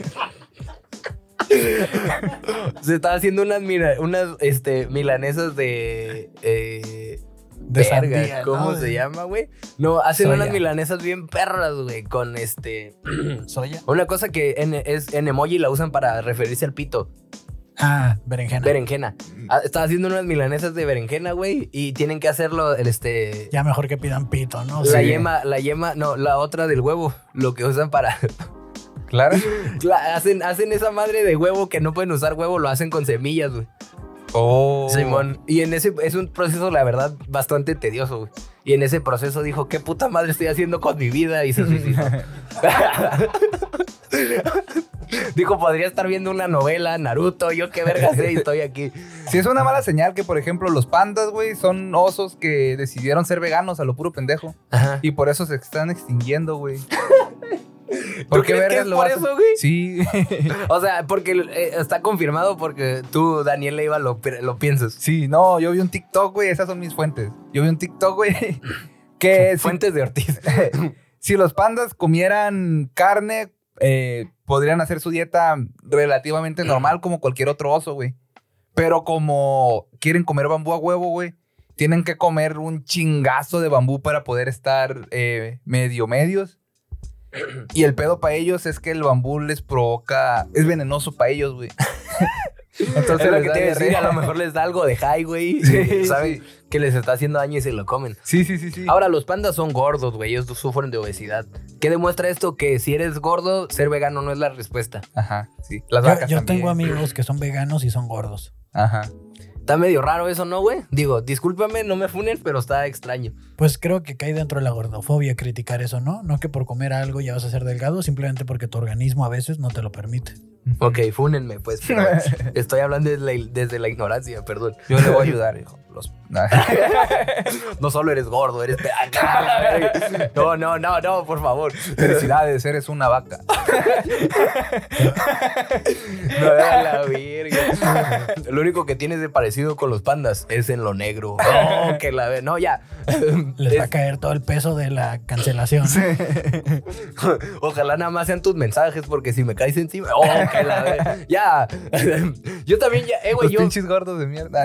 Se estaba haciendo unas milanesas de sandía, ¿cómo ¿no? se llama, güey? No, hacen Soya. unas milanesas bien perras, güey, con ¿Soya? una cosa que en emoji la usan para referirse al pito. Ah, berenjena. Berenjena. Estaba haciendo unas milanesas de berenjena, güey, y tienen que hacerlo, Ya mejor que pidan pito, ¿no? la Sí. yema, no, la otra del huevo, lo que usan para... Claro. hacen esa madre de huevo que no pueden usar huevo, lo hacen con semillas, güey. Oh. Simón. Y en ese es un proceso, la verdad, bastante tedioso, güey. Y en ese proceso dijo, ¿qué puta madre estoy haciendo con mi vida? Y se suicidó. Dijo, podría estar viendo una novela, Naruto, yo qué verga sé, y estoy aquí. Sí, es una mala señal que, por ejemplo, los pandas, güey, son osos que decidieron ser veganos a lo puro pendejo. Ajá. Y por eso se están extinguiendo, güey. ¿Tú crees que es por hacen? eso, güey? Sí. O sea, porque está confirmado porque tú, Daniel Leiva, lo piensas. Sí, no, yo vi un TikTok, güey, esas son mis fuentes. Yo vi un TikTok, güey, que Fuentes de Ortiz. si los pandas comieran carne, podrían hacer su dieta relativamente normal como cualquier otro oso, güey. Pero como quieren comer bambú a huevo, güey, tienen que comer un chingazo de bambú para poder estar medios. Y el pedo para ellos es que el bambú les provoca... Es venenoso para ellos, güey. Entonces Es lo les que da te iba a decir, diarrea. a lo mejor les da algo de high, güey. Sí, ¿Saben? sí. Que les está haciendo daño y se lo comen. Sí. Ahora, los pandas son gordos, güey. Ellos sufren de obesidad. ¿Qué demuestra esto? Que si eres gordo, ser vegano no es la respuesta. Ajá, sí. Las vacas Yo también. tengo amigos que son veganos y son gordos. Ajá. Está medio raro eso, ¿no, güey? Digo, discúlpame, no me funen, pero está extraño. Pues creo que cae dentro de la gordofobia criticar eso, ¿no? No que por comer algo ya vas a ser delgado, simplemente porque tu organismo a veces no te lo permite. Ok, fúnenme, pues. Pero estoy hablando desde la ignorancia, perdón. Yo le voy a ayudar, hijo. No solo eres gordo, eres... No, por favor. Felicidades, eres una vaca. No, a la verga. Lo único que tienes de parecido con los pandas es en lo negro. No, que la no, ya. Les va a caer todo el peso de la cancelación. Ojalá nada más sean tus mensajes, porque si me caes encima. Oh, que la verga. Ya. Yo también ya, güey, Los pinches gordos de mierda.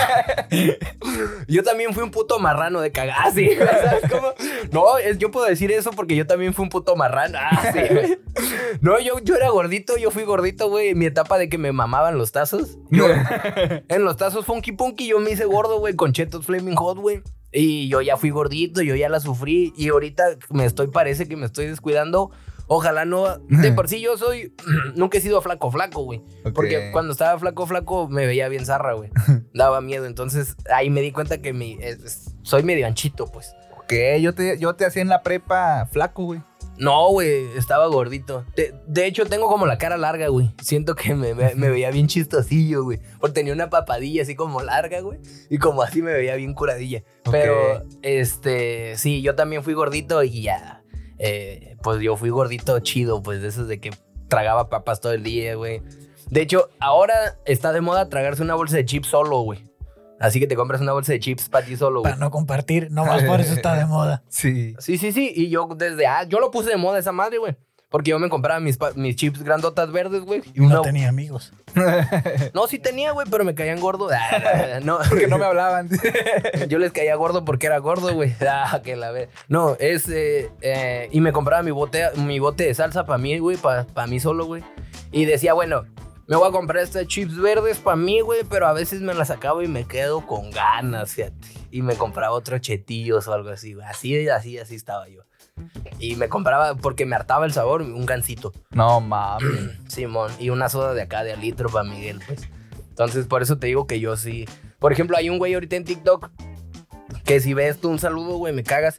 Yo también fui un puto marrano de cagar. Sí, ¿sabes cómo? No, yo puedo decir eso porque yo también fui un puto marrano. Sí, güey. No, yo era gordito, yo fui gordito, güey. En mi etapa de que me mamaban los tazos. En los tazos Funky Punky yo me hice gordo, güey, con Cheetos Flaming Hot, güey. Y yo ya fui gordito, yo ya la sufrí. Y ahorita parece que me estoy descuidando. Ojalá no. De por sí yo nunca he sido flaco, güey. Ok. Porque cuando estaba flaco, me veía bien zarra, güey. Daba miedo. Entonces ahí me di cuenta que soy medio anchito, pues. ¿Qué? Yo te hacía en la prepa flaco, güey. No, güey, estaba gordito. De hecho, tengo como la cara larga, güey. Siento que me veía bien chistosillo, güey. Porque tenía una papadilla así como larga, güey. Y como así me veía bien curadilla. Ok. Pero, sí, yo también fui gordito y ya. Pues yo fui gordito chido, pues de esos de que tragaba papas todo el día, güey. De hecho, ahora está de moda tragarse una bolsa de chips solo, güey. Así que te compras una bolsa de chips para ti solo, güey. Para no compartir, nomás por eso está de moda. Sí. Sí. Y yo yo lo puse de moda esa madre, güey. Porque yo me compraba mis chips grandotas verdes, güey. Y no tenía amigos. No, sí tenía, güey, pero me caían gordo. No, Porque no me hablaban. yo les caía gordo porque era gordo, güey. Que la ve. No, y me compraba mi bote de salsa para mí, güey, para mí solo, güey. Y decía, bueno, me voy a comprar estas chips verdes para mí, güey, pero a veces me las acabo y me quedo con ganas, fíjate. Y me compraba otros chetillos o algo así, güey. Así estaba yo. Y me compraba, porque me hartaba el sabor, un gansito. No mames. Simón, y una soda de acá de al litro para Miguel, pues. Entonces, por eso te digo que yo sí. Por ejemplo, hay un güey ahorita en TikTok que si ves tú un saludo, güey, me cagas.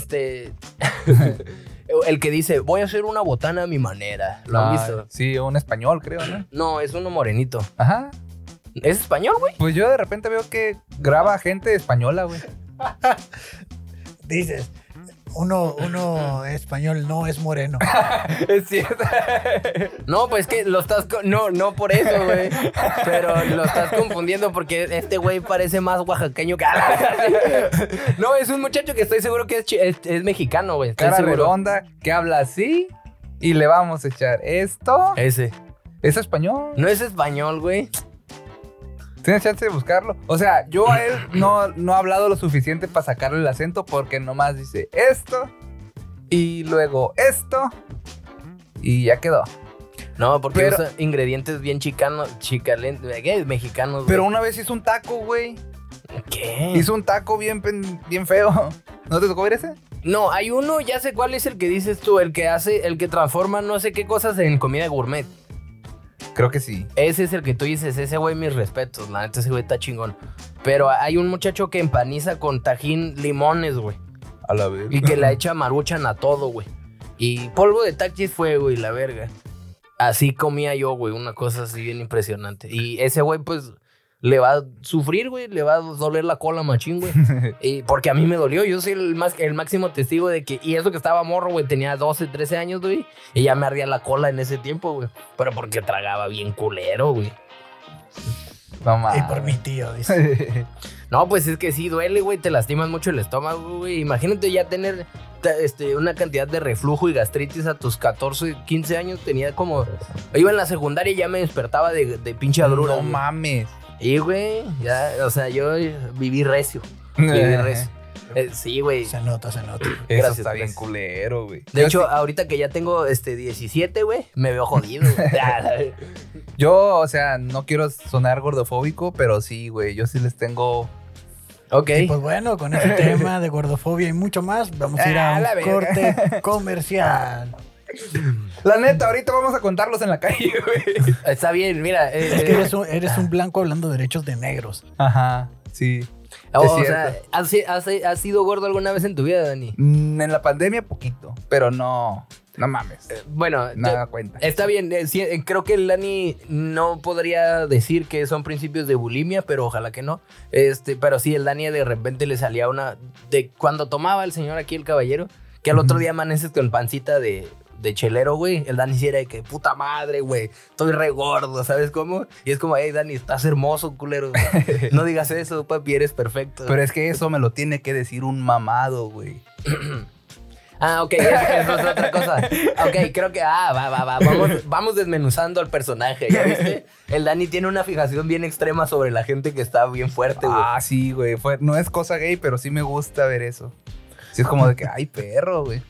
El que dice, voy a hacer una botana a mi manera. ¿Lo han visto? Sí, un español, creo, ¿no? No, es uno morenito. Ajá. ¿Es español, güey? Pues yo de repente veo que graba gente española, güey. Dices, Uno español no es moreno. Es cierto. No, pues que lo estás... No por eso, güey. Pero lo estás confundiendo porque este güey parece más oaxaqueño que... No, es un muchacho que estoy seguro que es mexicano, güey. Estoy Cara seguro. redonda, que habla así. Y le vamos a echar esto. Ese. ¿Es español? No es español, güey. ¿Tienes chance de buscarlo? O sea, yo a él no he hablado lo suficiente para sacarle el acento porque nomás dice esto y luego esto y ya quedó. No, porque Pero- usa ingredientes bien mexicanos, güey. Pero una vez hizo un taco, güey. ¿Qué? Hizo un taco bien feo. ¿No te tocó ver ese? No, hay uno, ya sé cuál es el que dices tú, el que transforma no sé qué cosas en comida gourmet. Creo que sí. Ese es el que tú dices, ese güey, mis respetos, la neta ese güey está chingón. Pero hay un muchacho que empaniza con tajín limones, güey. A la vez. Y que le echa maruchan a todo, güey. Y polvo de taquis fue, güey, la verga. Así comía yo, güey, una cosa así bien impresionante. Y ese güey, pues, le va a sufrir, güey, le va a doler la cola machín, güey. Y porque a mí me dolió, yo soy el máximo testigo de que... Y eso que estaba morro, güey, tenía 12, 13 años, güey. Y ya me ardía la cola en ese tiempo, güey. Pero porque tragaba bien culero, güey. No mames. Y por mi tío, dice. No, pues es que sí duele, güey, te lastimas mucho el estómago, güey. Imagínate ya tener una cantidad de reflujo y gastritis a tus 14, 15 años. Tenía como... Iba en la secundaria y ya me despertaba de pinche agrura. No güey. mames. Y, güey, ya, o sea, yo viví recio. Viví recio. Sí, güey. Se nota. Eso Gracias, está bien gracias. culero, güey. De Yo hecho, sí- ahorita que ya tengo 17, güey, me veo jodido. güey. Yo, o sea, no quiero sonar gordofóbico, pero sí, güey. Yo sí les tengo... Ok. Y pues bueno, con ese tema de gordofobia y mucho más, vamos a ir a la un verga. corte comercial. La neta, ahorita vamos a contarlos en la calle, güey. Está bien, mira. Es que eres un blanco hablando de derechos de negros. Ajá, sí. o es sea, ¿has sido gordo alguna vez en tu vida, Dani? En la pandemia poquito, pero no mames. Bueno, Nada cuenta. está bien. Sí, creo que el Dani no podría decir que son principios de bulimia, pero ojalá que no. Pero sí, el Dani de repente le salía una... De cuando tomaba el señor aquí, el caballero, que al otro día amaneces con pancita de chelero, güey. El Dani sí era de que, puta madre, güey, estoy re gordo, ¿sabes cómo? Y es como, hey, Dani, estás hermoso, culero. No digas eso, papi, eres perfecto. Pero es que eso me lo tiene que decir un mamado, güey. Ah, ok, eso es otra cosa. Ok, creo que, va. Vamos desmenuzando al personaje, ¿ya viste? El Dani tiene una fijación bien extrema sobre la gente que está bien fuerte, güey. Ah, sí, güey. No es cosa gay, pero sí me gusta ver eso. Sí, es como de que, ay, perro, güey.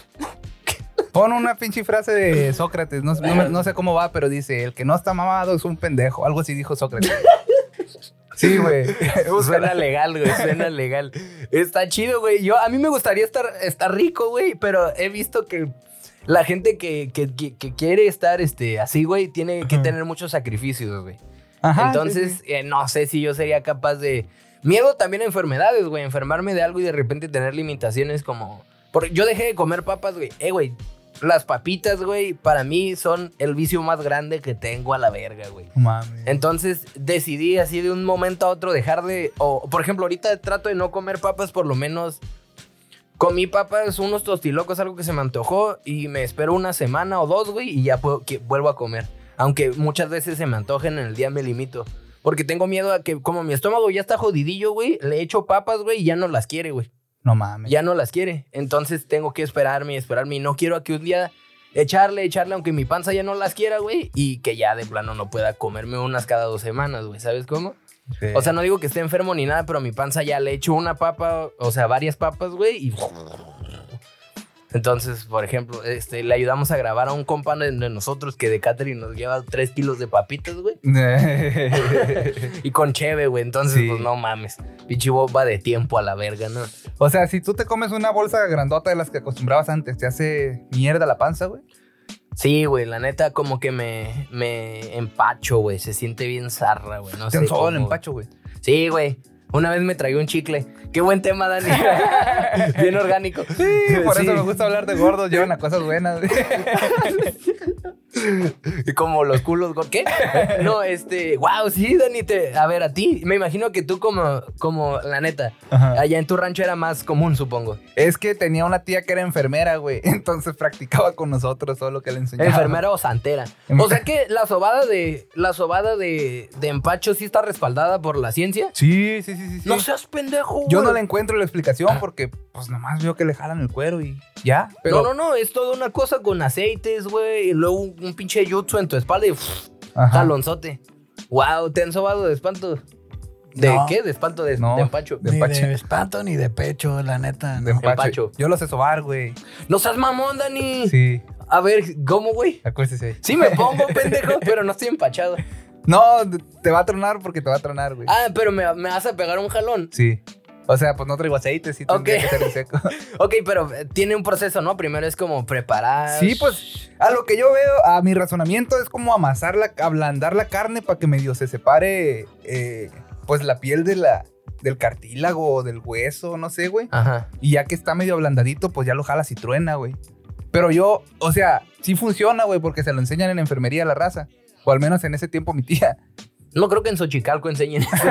Pon una pinche frase de Sócrates. No sé cómo va, pero dice, el que no está mamado es un pendejo. Algo así dijo Sócrates. Sí, güey. Suena legal, güey, suena legal. Está chido, güey. A mí me gustaría estar rico, güey, pero he visto que la gente que quiere estar así, güey, tiene que tener muchos sacrificios, güey. Ajá, Entonces, sí, sí. no sé si yo sería capaz de... Miedo también a enfermedades, güey. Enfermarme de algo y de repente tener limitaciones como... Porque yo dejé de comer papas, güey. Güey, las papitas, güey, para mí son el vicio más grande que tengo a la verga, güey. No mames. Entonces decidí así de un momento a otro dejar de... por ejemplo, ahorita trato de no comer papas, por lo menos... Comí papas, unos tostilocos, algo que se me antojó y me espero una semana o dos, güey, y ya vuelvo a comer. Aunque muchas veces se me antojen, en el día me limito. Porque tengo miedo a que, como mi estómago ya está jodidillo, güey, le echo papas, güey, y ya no las quiere, güey. No mames. Ya no las quiere. Entonces tengo que esperarme. Y no quiero a que un día echarle, aunque mi panza ya no las quiera, güey, y que ya de plano no pueda comerme unas cada 2 semanas, güey. ¿Sabes cómo? Sí. O sea, no digo que esté enfermo ni nada, pero mi panza ya le echo una papa, o sea, varias papas, güey, y... Entonces, por ejemplo, le ayudamos a grabar a un compa de nosotros que de catering nos lleva 3 kilos de papitas, güey. Y con cheve, güey. Entonces, Sí. pues no mames. Pinche bomba de tiempo a la verga, ¿no? O sea, si tú te comes una bolsa grandota de las que acostumbrabas antes, ¿te hace mierda la panza, güey? Sí, güey, la neta como que me empacho, güey. Se siente bien zarra, güey. No Te sé todo el cómo. empacho, güey. Sí, güey. Una vez me tragué un chicle. Qué buen tema, Dani. Bien orgánico. Sí, por Sí. eso me gusta hablar de gordos, llevan a cosas buenas. Y como los culos, ¿qué? No, wow, sí, Dani, a ver, a ti, me imagino que tú como la neta, Ajá. allá en tu rancho era más común, supongo. Es que tenía una tía que era enfermera, güey. Entonces practicaba con nosotros todo lo que le enseñaba. Enfermera o santera. O sea que la sobada de empacho sí está respaldada por la ciencia. Sí. No seas pendejo, Yo güey. no le encuentro la explicación porque, pues, nomás veo que le jalan el cuero y ya. Pero, No, es toda una cosa con aceites, güey, y luego un pinche jutsu en tu espalda y Ajá. jalonzote. Wow, ¿te han sobado de espanto? ¿De No. qué? ¿De espanto? De No. empacho. De Ni empacho. de espanto ni de pecho, la neta. de no. empacho. Yo lo sé sobar, güey. No seas mamón, Dani. Sí, A ver, ¿cómo, güey? acuérdese. Sí me pongo, pendejo, pero no estoy empachado. No, te va a tronar porque te va a tronar, güey. Ah, pero me vas a pegar un jalón. Sí. O sea, pues no traigo aceite, sí tendría Ok. que ser en seco. Ok, pero tiene un proceso, ¿no? Primero es como preparar. Sí, pues, a lo que yo veo, a mi razonamiento es como ablandar la carne para que medio se separe, pues, la piel del cartílago o del hueso, no sé, güey. Ajá. Y ya que está medio ablandadito, pues ya lo jalas y truena, güey. Pero yo, o sea, sí funciona, güey, porque se lo enseñan en la enfermería a la raza. O al menos en ese tiempo mi tía. No creo que en Xochicalco enseñen eso.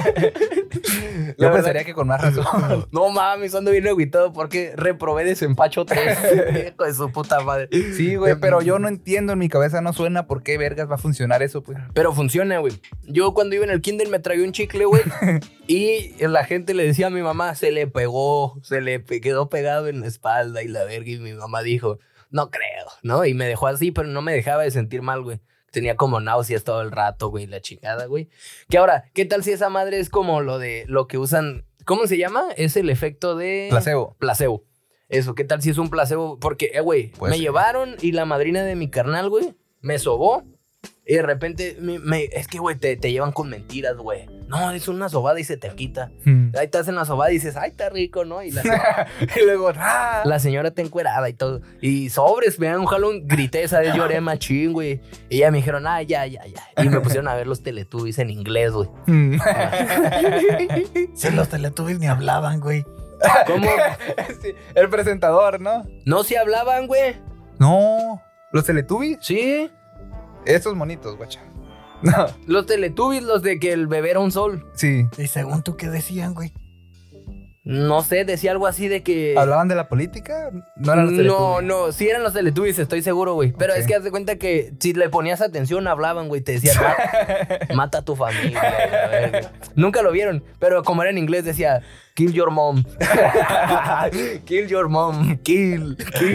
Yo La pensaría que con más razón. No mames, ando bien agüitado porque reprobé desempacho 3. Hijo de su puta madre. Sí, güey, pero yo no entiendo, en mi cabeza no suena por qué vergas va a funcionar eso, pues. Pero funciona, güey. Yo cuando iba en el kinder me tragué un chicle, güey. Y la gente le decía a mi mamá, se le quedó pegado en la espalda y la verga. Y mi mamá dijo, no creo, ¿no? Y me dejó así, pero no me dejaba de sentir mal, güey. Tenía como náuseas todo el rato, güey, la chingada, güey. Que ahora, ¿qué tal si esa madre es como lo que usan? ¿Cómo se llama? Es el efecto de... Placebo. Placebo. Eso, ¿qué tal si es un placebo? Porque, güey, Pues me sí. llevaron y la madrina de mi carnal, güey, me sobó. Y de repente, es que, güey, te llevan con mentiras, güey. No, es una sobada y se te quita. Ahí te hacen la sobada y dices, ay, está rico, ¿no? Y, Y luego, ¡ah! la señora te encuerada y todo. Y sobres, me dan un jalón, grité, esa vez lloré machín, güey. Y ya me dijeron, ya. Y me pusieron a ver los Teletubbies en inglés, güey. Sí, los Teletubbies ni hablaban, güey. ¿Cómo? Sí, el presentador, ¿no? No se hablaban, güey. No. ¿Los Teletubbies? Sí. Estos monitos, guacha. No. Los Teletubbies, los de que el bebé era un sol. Sí. Y según tú, ¿qué decían, güey? No sé, decía algo así de que... ¿Hablaban de la política? No eran los Teletubbies. No, sí eran los Teletubbies, estoy seguro, güey. Pero Ok. es que haz de cuenta que si le ponías atención, hablaban, güey. Te decían, mata a tu familia. y la verga. Nunca lo vieron, pero como era en inglés decía, kill your mom. Kill your mom. Kill.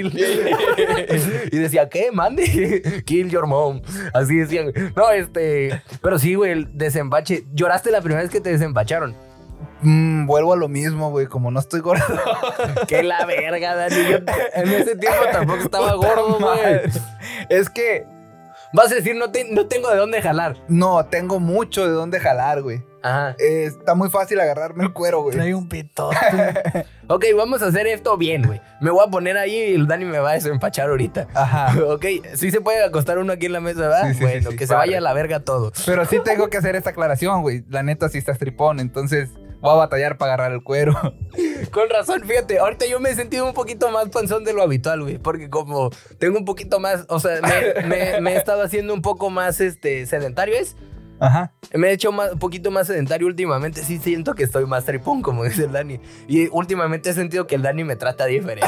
Y decía, ¿qué? Mande. Kill your mom. Así decían. No, pero sí, güey, el desempache. ¿Lloraste la primera vez que te desempacharon? Vuelvo a lo mismo, güey. Como no estoy gordo. ¡Qué la verga, Dani! Yo en ese tiempo tampoco estaba gordo, güey. Es que Vas a decir, no tengo de dónde jalar. no, tengo mucho de dónde jalar, güey. Ajá. Está muy fácil agarrarme el cuero, güey. Trae un pitote. Ok, vamos a hacer esto bien, güey. Me voy a poner ahí y el Dani me va a desempachar ahorita. Ajá. Ok, sí se puede acostar uno aquí en la mesa, ¿verdad? Sí, sí, bueno, sí, que se padre. vaya a la verga todo. Pero sí tengo que hacer esta aclaración, güey. La neta sí estás tripón, entonces voy a batallar para agarrar el cuero. Con razón, fíjate, ahorita yo me he sentido un poquito más panzón de lo habitual, güey. Porque como tengo un poquito más, o sea, me he estado haciendo un poco más sedentario, ¿es? Ajá. Me he hecho un poquito más sedentario últimamente. Sí siento que estoy más tripón, como dice el Dani. Y últimamente he sentido que el Dani me trata diferente,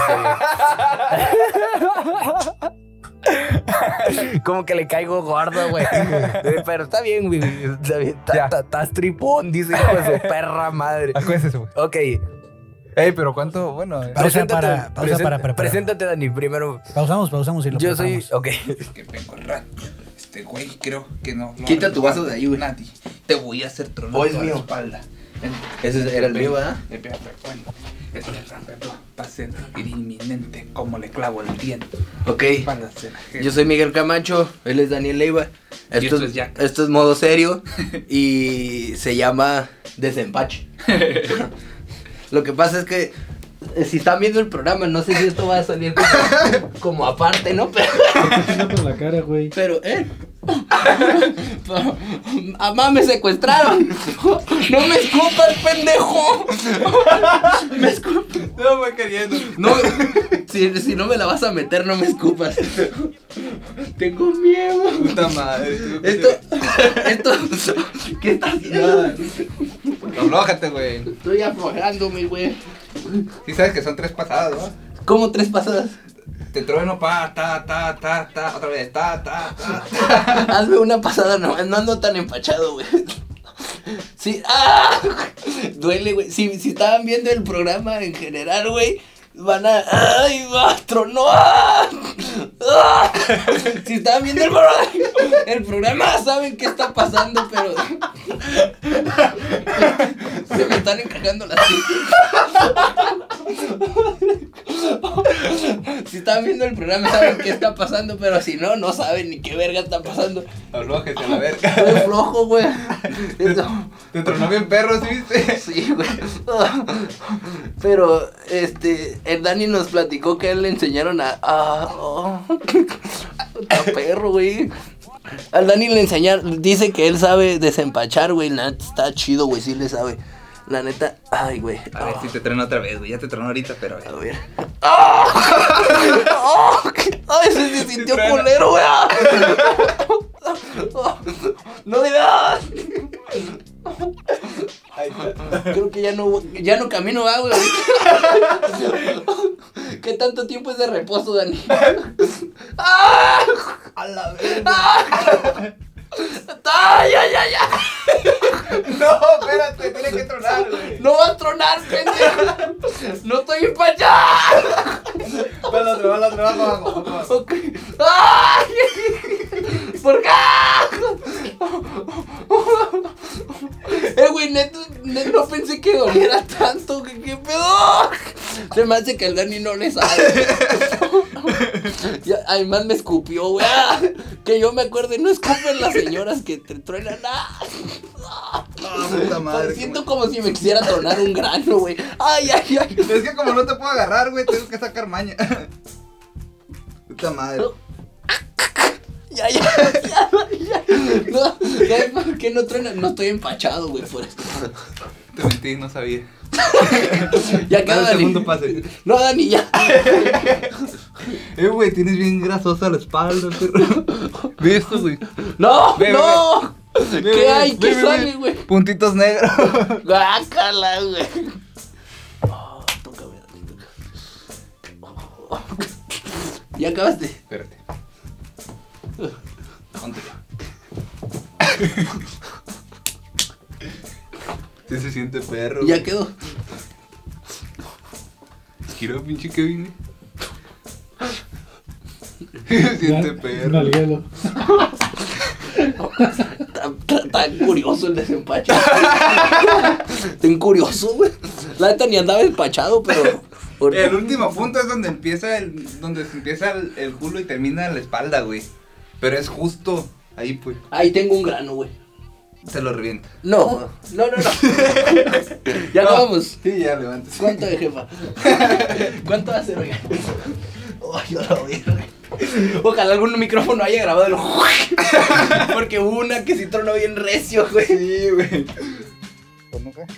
güey. Como que le caigo gordo, güey. Pero está bien, güey. Está bien. Ya. Estás tripón, dice hijo de su perra madre. Acuérdese, güey. Ok. Ey, pero ¿cuánto? Bueno. Pausa para preparar. Preséntate, Dani, primero. Pausamos y lo Yo soy... preparamos. Ok. Que vengo al rato. Güey, creo que no. Quita tu vaso de ahí, güey. Nadie. Te voy a hacer tronar Oh, es toda mío. la espalda. Ese era el mío, ¿verdad? Bueno, este rato va a ser inminente como le clavo el diente. Ok. Para la cena. Yo soy Miguel Camacho, él es Daniel Leiva. esto es Jack. Esto es modo serio y se llama Desempache. Lo que pasa es que si están viendo el programa, no sé si esto va a salir como aparte, ¿no? No con la cara, güey. Pero, mamá, me secuestraron. No me escupas, pendejo. Me escupas. No, fue queriendo. No, si no me la vas a meter, no me escupas. Tengo miedo. Puta madre. Esto, ¿qué estás haciendo? Aflójate, güey. Estoy aflojándome, güey. Sí sabes que son 3 pasadas, ¿no? ¿Cómo 3 pasadas? Te trueno, ta, otra vez, ta. Hazme una pasada nomás, no ando tan empachado, güey. Sí, duele, güey. Si estaban viendo el programa en general, güey, van a... ¡Ay, va! ¡Tronó! Si estaban viendo el programa, saben qué está pasando, pero... Se me están encajando las Si estaban viendo el programa, saben qué está pasando, pero si no, no saben ni qué verga está pasando. Aflójate a la verga. Estoy flojo, güey. Te tronó bien perro, ¿sí viste? Sí, güey. Pero, el Dani nos platicó que a él le enseñaron a perro, güey. Al Dani le enseñaron, dice que él sabe desempachar, güey. La neta está chido, güey, sí le sabe. La neta, ay, güey. A ver si te trueno otra vez, güey. Ya te tronó ahorita, pero A ver. ¡Ay, se sintió culero, güey! ¡No le das! Creo que ya no camino, güey. ¿Qué tanto tiempo es de reposo, Dani? a la verga. Ya. No, espérate, tiene que tronar, güey. No va a tronar, pendejo. No estoy empachado. Va la otra, abajo. Ok. ¡Ay! ¿Por qué? Güey, neto, no pensé que doliera tanto. ¿Qué pedo? Se me hace que el Dani no le sabe. Además me escupió, güey. Que yo me acuerde, no escupen las señoras que te truenan. Puta madre. Siento como si me quisiera tronar un grano, güey. Ay. Es que como no te puedo agarrar, güey, tengo que sacar maña. Puta madre. Ya. No, ¿sabes por qué no truena? No estoy empachado, güey, por eso. Te mentí, no sabía. Ya queda, Dale el Dani. segundo pase. No, Dani, ya. Güey, tienes bien grasosa la espalda, perro. Ve esto, güey. No, Ve, no. Ve, ¿Qué ve, hay? ve, ¿Qué ve, sale, ve. güey? Puntitos negros. Guácala, güey. Tócame. ¿Ya acabaste? Espérate. Ponte. Sí se siente perro. Ya quedó. Quiero pinche Kevin. Se siente perro. Nalguelo. Tan curioso el desempacho. Tan curioso, güey. La neta ni andaba empachado, pero... El último punto es donde empieza el culo y termina la espalda, güey. Pero es justo ahí, pues. Ahí tengo un grano, güey. Se lo revienta. No. Ya acabamos. Sí, ya levántese. ¿Cuánto de jefa? ¿Cuánto va a ser, oiga? Ay, yo lo vi, güey. Ojalá algún micrófono haya grabado el... Porque hubo una que sí tronó bien recio, güey. Sí, güey. ¿Cómo qué?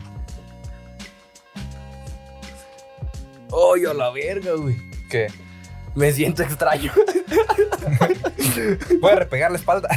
Ay, a la verga, güey. ¿Qué? Me siento extraño. Voy a repegar la espalda.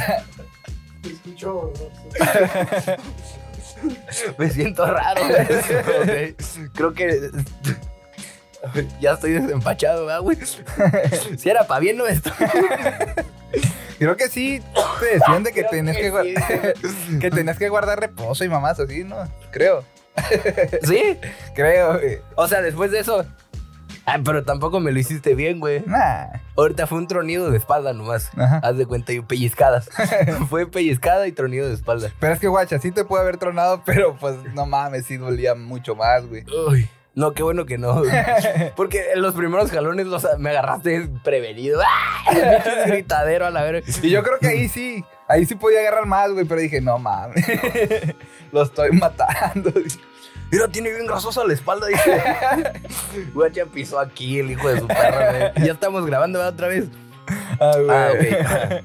Me siento raro, güey. Okay. Creo que... Ya estoy desempachado, ¿verdad, güey? Si era pa' bien, no esto. Creo que sí te decían de que Creo tenías que que tenías que guardar reposo y mamás así, ¿no? Creo. ¿Sí? Creo, güey. O sea, después de eso... Ay, pero tampoco me lo hiciste bien, güey. Nah. Ahorita fue un tronido de espalda nomás. Ajá. Haz de cuenta, y pellizcadas. Fue pellizcada y tronido de espalda. Pero es que, guacha, sí te puede haber tronado, pero pues no mames, sí dolía mucho más, güey. Uy. No, qué bueno que no, güey. Porque en los primeros jalones me agarraste prevenido. ¡Ah! El bicho es gritadero a la verga. Y yo creo que ahí sí podía agarrar más, güey, pero dije, no mames, lo estoy matando. Mira, tiene bien grasosa la espalda, dije. Guacha pisó aquí el hijo de su perra, güey. Ya estamos grabando, ¿verdad? Otra vez. Ah,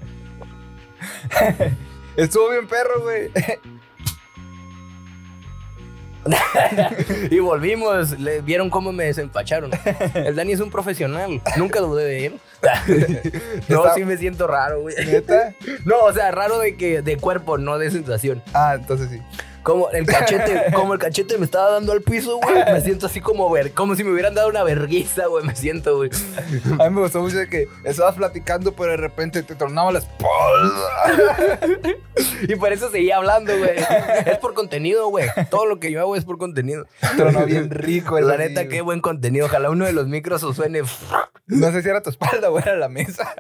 Ok. Estuvo bien perro, güey. Y volvimos, vieron cómo me desempacharon. El Dani es un profesional, nunca dudé de él. No, sí me siento raro, güey. ¿Neta? No, o sea, raro de cuerpo, no de sensación. Ah, entonces sí. Como el cachete me estaba dando al piso, güey. Me siento así como si me hubieran dado una vergüenza, güey. Me siento, güey. A mí me gustó mucho de que estabas platicando, pero de repente te tronaba la espalda. Y por eso seguía hablando, güey. Es por contenido, güey. Todo lo que yo hago es por contenido. Tronó bien rico. La eso neta, sí, qué buen contenido. Ojalá uno de los micros os suene. No sé si era tu espalda o era la mesa.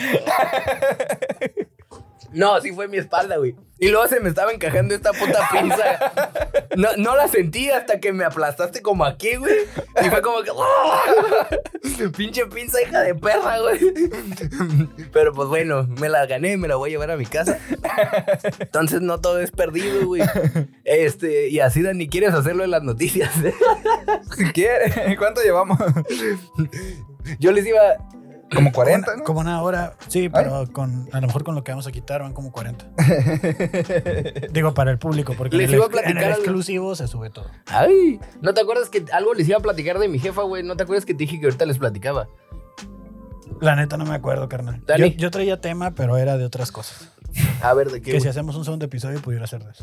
No, sí fue mi espalda, güey. Y luego se me estaba encajando esta puta pinza. No la sentí hasta que me aplastaste como aquí, güey. Y fue como que... Pinche pinza, hija de perra, güey. Pero pues bueno, me la gané, me la voy a llevar a mi casa. Entonces no todo es perdido, güey. Y así, Dani, ¿quieres hacerlo en las noticias? Si quieres. ¿Cuánto llevamos? Yo les iba... Como 40, ¿no? Como una hora. Sí, pero a lo mejor con lo que vamos a quitar van como 40. Digo, para el público, porque Les iba a platicar en el algo. exclusivo se sube todo. Ay, ¿no te acuerdas que algo les iba a platicar de mi jefa, güey? ¿No te acuerdas que te dije que ahorita les platicaba? La neta no me acuerdo, carnal. Dani. Yo traía tema, pero era de otras cosas. A ver, ¿de qué, Que si güey? hacemos un segundo episodio pudiera ser de eso.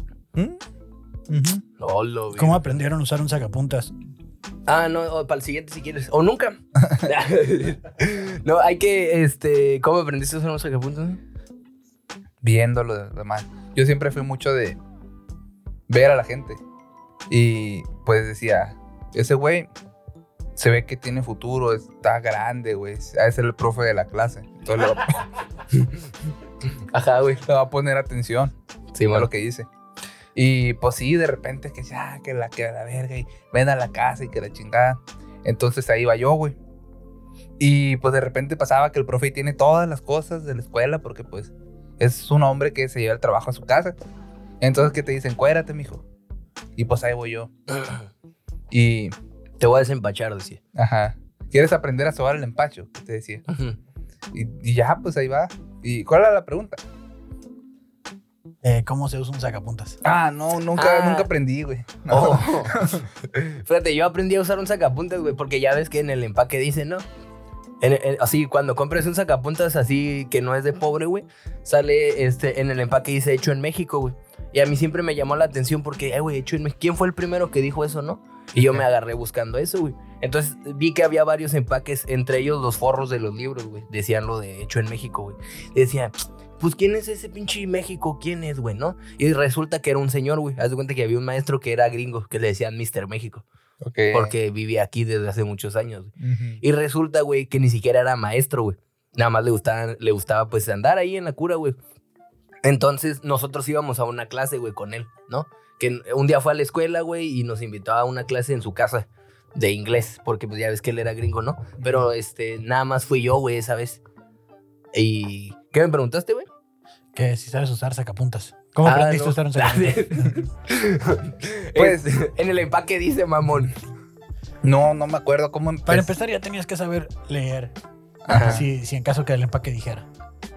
Lolo, güey. ¿Cómo aprendieron a usar un sacapuntas? Ah, no, para el siguiente si quieres. O nunca. No, hay que, ¿cómo aprendiste a usar un sacapuntas? Viendo lo demás. Yo siempre fui mucho de ver a la gente. Y pues decía, ese güey se ve que tiene futuro, está grande, güey. Ha de ser el profe de la clase. Entonces Ajá, güey. le va a poner atención Sí, a bueno. lo que dice. Y pues sí, de repente que ya, que la verga, y ven a la casa y que la chingada. Entonces ahí iba yo, güey. Y pues de repente pasaba que el profe tiene todas las cosas de la escuela porque pues es un hombre que se lleva el trabajo a su casa. Entonces que te dicen, cuérate, mijo. Y pues ahí voy yo. Y, Te voy a desempachar, decía. ajá, ¿quieres aprender a sobar el empacho? Te decía. Ujú. Y ya, pues ahí va. ¿Y cuál era la pregunta? ¿Cómo se usa un sacapuntas? Ah, no, nunca aprendí, güey. No. Oh. Fíjate, yo aprendí a usar un sacapuntas, güey, porque ya ves que en el empaque dice, ¿no? Así, cuando compres un sacapuntas así que no es de pobre, güey, sale en el empaque dice hecho en México, güey. Y a mí siempre me llamó la atención porque, güey, hecho en México. ¿Quién fue el primero que dijo eso, no? Y yo me agarré buscando eso, güey. Entonces vi que había varios empaques, entre ellos los forros de los libros, güey. Decían lo de hecho en México, güey. Decían, pues, ¿quién es ese pinche México? ¿Quién es, güey, no? Y resulta que era un señor, güey. Haz de cuenta que había un maestro que era gringo, que le decían Mr. México. Okay. Porque vivía aquí desde hace muchos años, güey. Ujú. Y resulta, güey, que ni siquiera era maestro, güey. Nada más le gustaba, pues, andar ahí en la cura, güey. Entonces, nosotros íbamos a una clase, güey, con él, ¿no? Que un día fue a la escuela, güey, y nos invitó a una clase en su casa de inglés, porque pues ya ves que él era gringo, ¿no? Pero, nada más fui yo, güey, esa vez. ¿Y qué me preguntaste, güey? Que si sabes usar sacapuntas. ¿Cómo aprendiste no. a usar un sacapuntas? Pues- En el empaque dice, mamón. No me acuerdo cómo Para empezar ya tenías que saber leer. Ajá. Si en caso que el empaque dijera.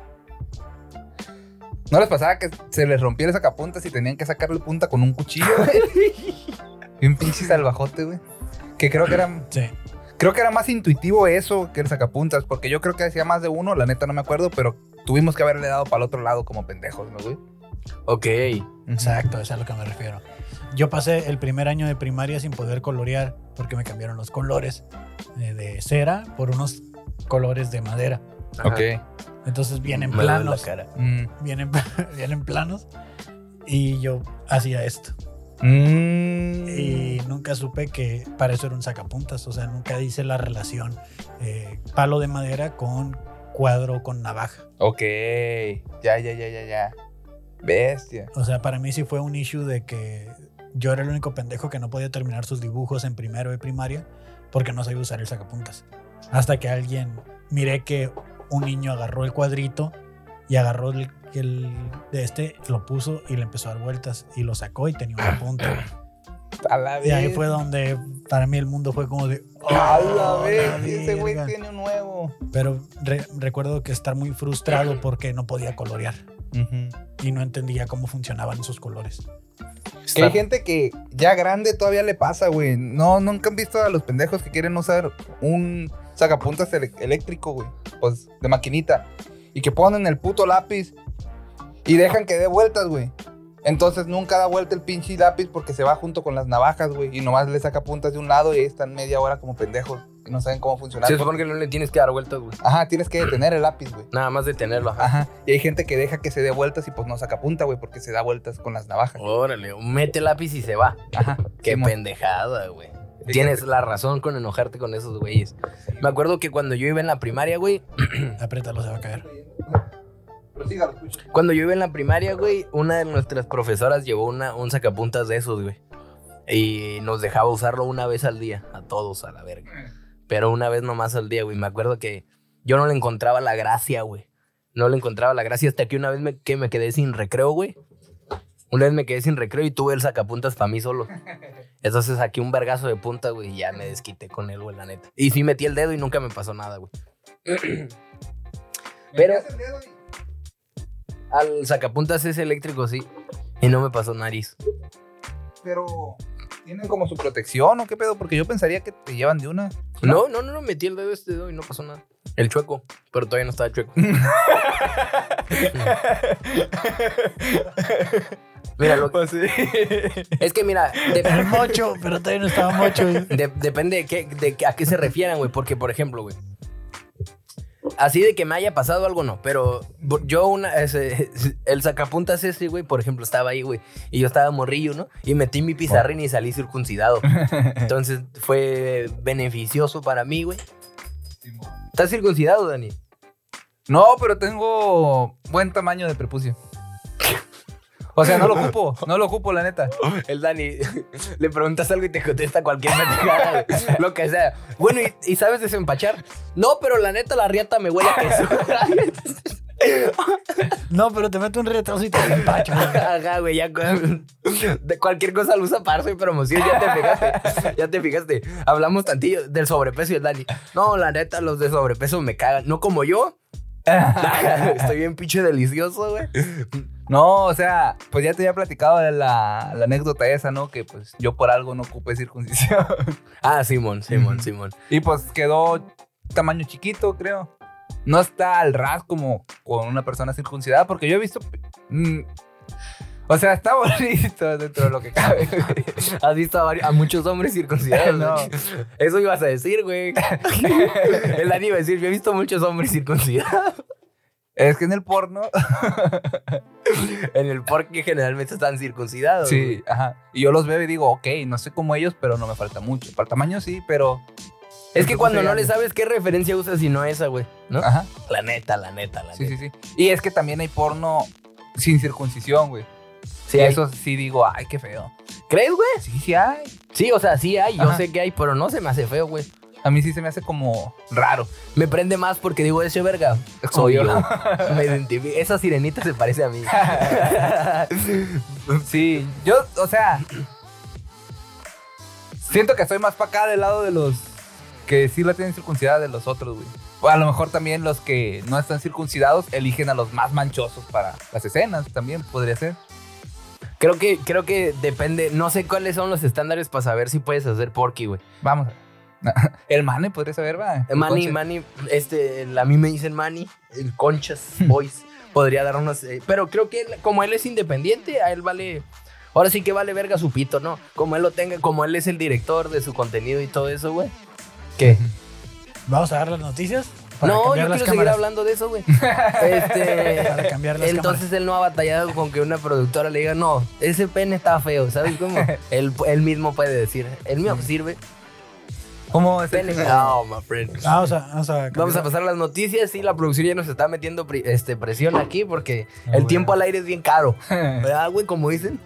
¿No les pasaba que se les rompía el sacapuntas y tenían que sacarle punta con un cuchillo, güey? Y un pinche salvajote, güey. Que creo que era... Sí. Creo que era más intuitivo eso que el sacapuntas, porque yo creo que decía más de uno, la neta no me acuerdo, pero tuvimos que haberle dado para el otro lado como pendejos, ¿no, güey? Ok. Exacto, es a lo que me refiero. Yo pasé el primer año de primaria sin poder colorear porque me cambiaron los colores de cera por unos colores de madera. Ajá. Ok. Entonces vienen Me duele la planos. cara. Vienen planos. Y yo hacía esto. Y nunca supe que para eso era un sacapuntas. O sea, nunca hice la relación palo de madera con cuadro con navaja. Ok. Ya. Bestia. O sea, para mí sí fue un issue de que yo era el único pendejo que no podía terminar sus dibujos en primero de primaria porque no sabía usar el sacapuntas. Hasta que miré que un niño agarró el cuadrito y agarró lo puso y le empezó a dar vueltas y lo sacó y tenía una punta. A la vez. Y ahí fue donde para mí el mundo fue como de... A la "Oh, vez. la Ese güey verga". tiene un nuevo. Pero recuerdo que estar muy frustrado porque no podía colorear Ujú. y no entendía cómo funcionaban esos colores. Que hay gente que ya grande todavía le pasa, güey. No, nunca han visto a los pendejos que quieren usar un sacapuntas eléctrico, güey. Pues de maquinita. Y que ponen el puto lápiz y dejan que dé vueltas, güey. Entonces nunca da vuelta el pinche lápiz porque se va junto con las navajas, güey. Y nomás le saca puntas de un lado y ahí están media hora como pendejos. Y no saben cómo funcionar. Se supone que no le tienes que dar vueltas, güey. Ajá, tienes que detener el lápiz, güey. Nada más detenerlo, ajá. Ajá. Y hay gente que deja que se dé vueltas y pues no saca punta, güey, porque se da vueltas con las navajas. Órale, mete el lápiz y se va. Ajá. Qué Simón. pendejada, güey. Tienes la razón con enojarte con esos güeyes. Me acuerdo que cuando yo iba en la primaria, güey. Apriétalo, se va a caer. Prosígalo, escucha. Cuando yo iba en la primaria, güey, una de nuestras profesoras llevó un sacapuntas de esos, güey. Y nos dejaba usarlo una vez al día. A todos, a la verga. Pero una vez nomás al día, güey. Me acuerdo que yo no le encontraba la gracia, güey. No le encontraba la gracia hasta que una vez me quedé sin recreo, güey. Una vez me quedé sin recreo y tuve el sacapuntas para mí solo. Entonces saqué un vergazo de punta, güey, y ya me desquité con él, güey, la neta. Y sí metí el dedo y nunca me pasó nada, güey. Pero al sacapuntas es eléctrico, sí. Y no me pasó nariz. Pero tienen como su protección o qué pedo, porque yo pensaría que te llevan de una. No, metí el dedo y no pasó nada. El chueco, pero todavía no estaba chueco. Mira, Pues sí. es que mira, El mocho, pero todavía no estaba mocho. depende a qué se refieran, güey. Porque, por ejemplo, güey, así de que me haya pasado algo, no. Pero yo el sacapuntas ese, güey, por ejemplo, estaba ahí, güey. Y yo estaba morrillo, ¿no? Y metí mi pizarrín y salí circuncidado. Entonces fue beneficioso para mí, güey. ¿Estás circuncidado, Dani? No, pero tengo buen tamaño de prepucio. O sea, no lo ocupo, la neta. El Dani, le preguntas algo y te contesta cualquier pendejada, güey. Lo que sea. Bueno, ¿y sabes desempachar? No, pero la neta la riata me huele a queso. No, pero te meto un retraso y te empacho. Ajá, güey, ya de cualquier cosa lo usa para su promoción, ya te fijaste. Hablamos tantillo del sobrepeso y el Dani. No, la neta, los de sobrepeso me cagan. No como yo. Estoy bien pinche delicioso, güey. No, o sea, pues ya te había platicado de la anécdota esa, ¿no? Que pues yo por algo no ocupé circuncisión. Ah, Simón. Y pues quedó tamaño chiquito, creo. No está al ras como con una persona circuncidada, porque yo he visto... o sea, está bonito dentro de lo que cabe, güey. ¿Has visto a muchos hombres circuncidados? No. Eso ibas a decir, güey. El Dani iba a decir, yo he visto muchos hombres circuncidados. Es que en el porno... En el porno generalmente están circuncidados. Sí, ajá. Y yo los veo y digo, ok, no sé como ellos, pero no me falta mucho. Para el tamaño sí, pero... Es que cuando no le sabes qué referencia usas y no esa, güey, ¿no? Ajá. La neta. Sí. Y es que también hay porno sin circuncisión, güey. Sí, Y hay. eso sí digo, ay, qué feo. ¿Crees, güey? Sí hay. Sí, o sea, sí hay, yo Ajá. sé que hay, pero no se me hace feo, güey. A mí sí se me hace como raro. Me prende más porque digo, ese verga, Es como soy yo. yo. Me identifico. Esa sirenita se parece a mí. Sí, yo, o sea... Siento que estoy más para acá del lado de los que sí la tienen circuncidada de los otros, güey. O a lo mejor también los que no están circuncidados eligen a los más manchosos para las escenas, también podría ser. Creo que depende, no sé cuáles son los estándares para saber si puedes hacer porky, güey. Vamos. El Mane podría saber, va. El Concha. Manny, a mí me dicen Manny, el Conchas Boys, podría dar unos... pero creo que como él es independiente, a él vale... Ahora sí que vale verga su pito, ¿no? Como él lo tenga, como él es el director de su contenido y todo eso, güey. ¿Qué? ¿Vamos a dar las noticias? Para No, yo cambiar quiero las seguir cámaras. hablando de eso, güey. Para cambiar las Entonces él no ha batallado con que una productora le diga, no, ese pene está feo, ¿sabes cómo? él mismo puede decir, el mío sirve. ¿Cómo es Pene. el... No, my friend. Vamos a Vamos a pasar a las noticias y la producción ya nos está metiendo presión aquí porque el tiempo al aire es bien caro. ¿Verdad, güey? Como dicen.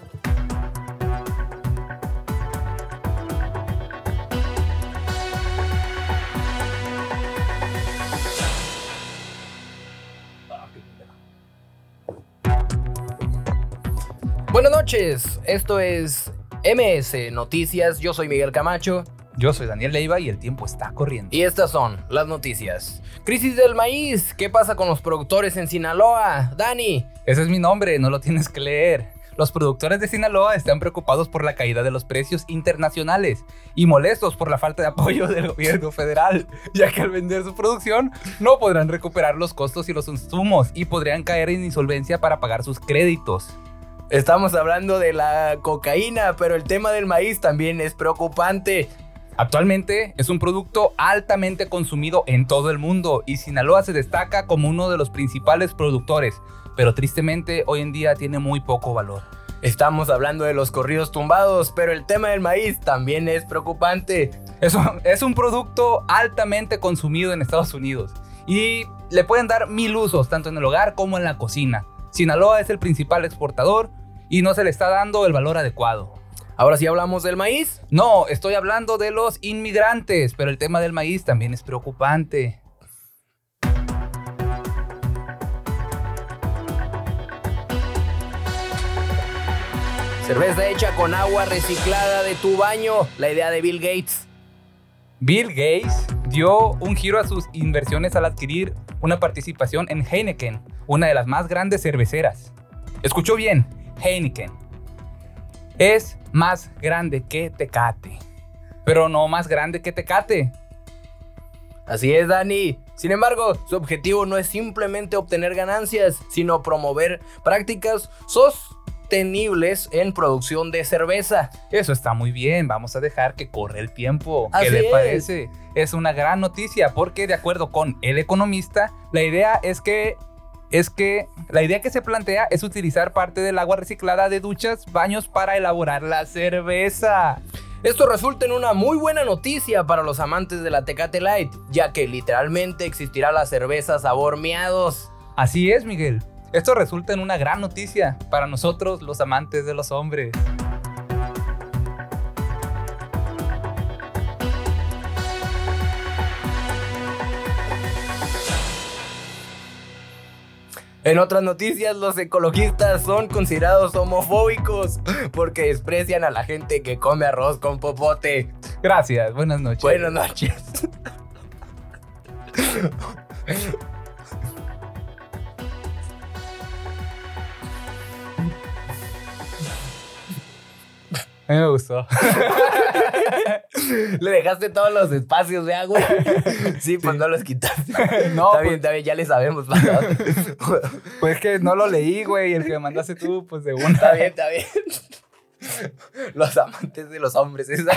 Buenas noches, esto es MS Noticias, yo soy Miguel Camacho. Yo soy Daniel Leiva y el tiempo está corriendo. Y estas son las noticias. Crisis del maíz, ¿qué pasa con los productores en Sinaloa? Dani. Ese es mi nombre, no lo tienes que leer. Los productores de Sinaloa están preocupados por la caída de los precios internacionales y molestos por la falta de apoyo del gobierno federal, ya que al vender su producción no podrán recuperar los costos y los insumos y podrían caer en insolvencia para pagar sus créditos. Estamos hablando de la cocaína, pero el tema del maíz también es preocupante. Actualmente es un producto altamente consumido en todo el mundo y Sinaloa se destaca como uno de los principales productores, pero tristemente hoy en día tiene muy poco valor. Estamos hablando de los corridos tumbados, pero el tema del maíz también es preocupante. Es un producto altamente consumido en Estados Unidos y le pueden dar 1000 usos, tanto en el hogar como en la cocina. Sinaloa es el principal exportador y no se le está dando el valor adecuado. Ahora sí hablamos del maíz. No, estoy hablando de los inmigrantes, pero el tema del maíz también es preocupante. Cerveza hecha con agua reciclada de tu baño, la idea de Bill Gates. Bill Gates dio un giro a sus inversiones al adquirir una participación en Heineken, una de las más grandes cerveceras. Escuchó bien, Heineken. Es más grande que Tecate, pero no más grande que Tecate. Así es, Dani. Sin embargo, su objetivo no es simplemente obtener ganancias, sino promover prácticas sostenibles en producción de cerveza. Eso está muy bien, vamos a dejar que corra el tiempo. Así ¿Qué le es. parece? Es una gran noticia porque de acuerdo con El Economista, la idea que se plantea es utilizar parte del agua reciclada de duchas, baños para elaborar la cerveza. Esto resulta en una muy buena noticia para los amantes de la Tecate Light, ya que literalmente existirá la cerveza sabor miados. Así es, Miguel. Esto resulta en una gran noticia para nosotros, los amantes de los hombres. En otras noticias, los ecologistas son considerados homofóbicos porque desprecian a la gente que come arroz con popote. Gracias, buenas noches. Buenas noches. A mí me gustó. Le dejaste todos los espacios de agua. Sí, pues no los quitaste. No, está bien, ya le sabemos. Pues que no lo leí, güey. El que me mandaste tú, pues de una. Está bien. Los amantes de los hombres. ¿Sabes?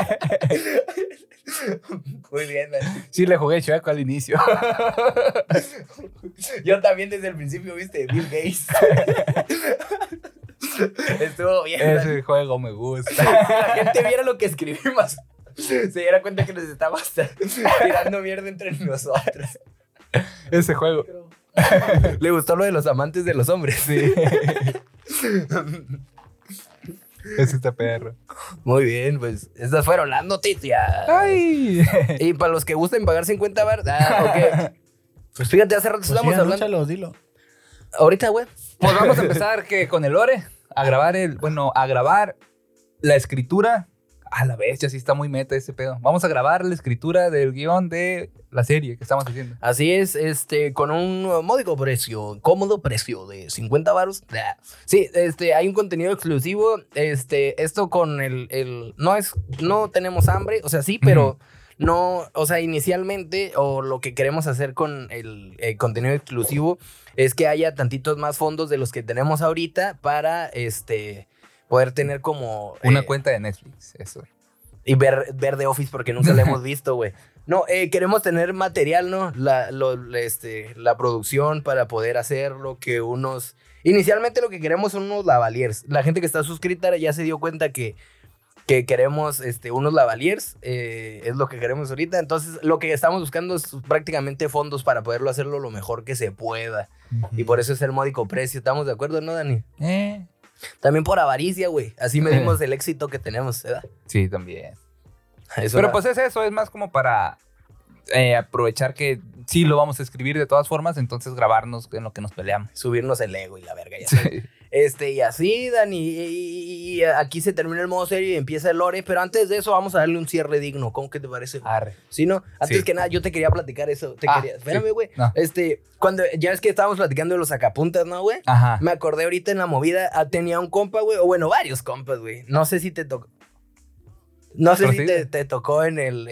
Muy bien, man. Sí, le jugué chueco al inicio. Yo también desde el principio, viste, Bill Gates. Estuvo bien. Ese juego me gusta. Si la gente viera lo que escribimos, se diera cuenta que nos estamos tirando mierda entre nosotros. Ese juego. Le gustó lo de los amantes de los hombres. Sí. Es este perro. Muy bien, pues estas fueron las noticias. ¡Ay! Y para los que gusten pagar 50 bar, ok. Pues fíjate, hace rato estábamos hablando. Anúncialos, dilo. Ahorita, güey. Pues vamos a empezar con el lore. A grabar la escritura. A la vez, ya sí está muy meta ese pedo. Vamos a grabar la escritura del guión de la serie que estamos haciendo. Así es, con un módico precio, cómodo precio de 50 varos. Sí, hay un contenido exclusivo. Esto con no tenemos hambre, o sea, sí, pero no, o sea, inicialmente, o lo que queremos hacer con el contenido exclusivo es que haya tantitos más fondos de los que tenemos ahorita para, poder tener como... Una cuenta de Netflix, eso. Y ver The Office porque nunca la hemos visto, güey. No, queremos tener material, ¿no? La producción para poder hacer lo que Inicialmente lo que queremos son unos lavaliers. La gente que está suscrita ya se dio cuenta que queremos unos lavaliers. Es lo que queremos ahorita. Entonces, lo que estamos buscando es prácticamente fondos para poderlo hacerlo lo mejor que se pueda. Y por eso es el módico precio. ¿Estamos de acuerdo, no, Dani? También por avaricia, güey. Así medimos el éxito que tenemos, ¿verdad? Sí, también. Pero pues es eso, es más como para aprovechar que sí lo vamos a escribir de todas formas, entonces grabarnos en lo que nos peleamos. Subirnos el ego y la verga, ya sabes. Y así, Dani, y aquí se termina el modo serio y empieza el lore, pero antes de eso vamos a darle un cierre digno. ¿Cómo que te parece? Arre. ¿Sí, no? Antes Sí. que nada, yo te quería platicar eso. Espérame, güey. No. Cuando ya ves que estábamos platicando de los sacapuntas, ¿no, güey? Ajá. Me acordé ahorita en la movida, tenía un compa, güey, o bueno, varios compas, güey. No sé si te tocó. No sé si Prosigue. te tocó en el,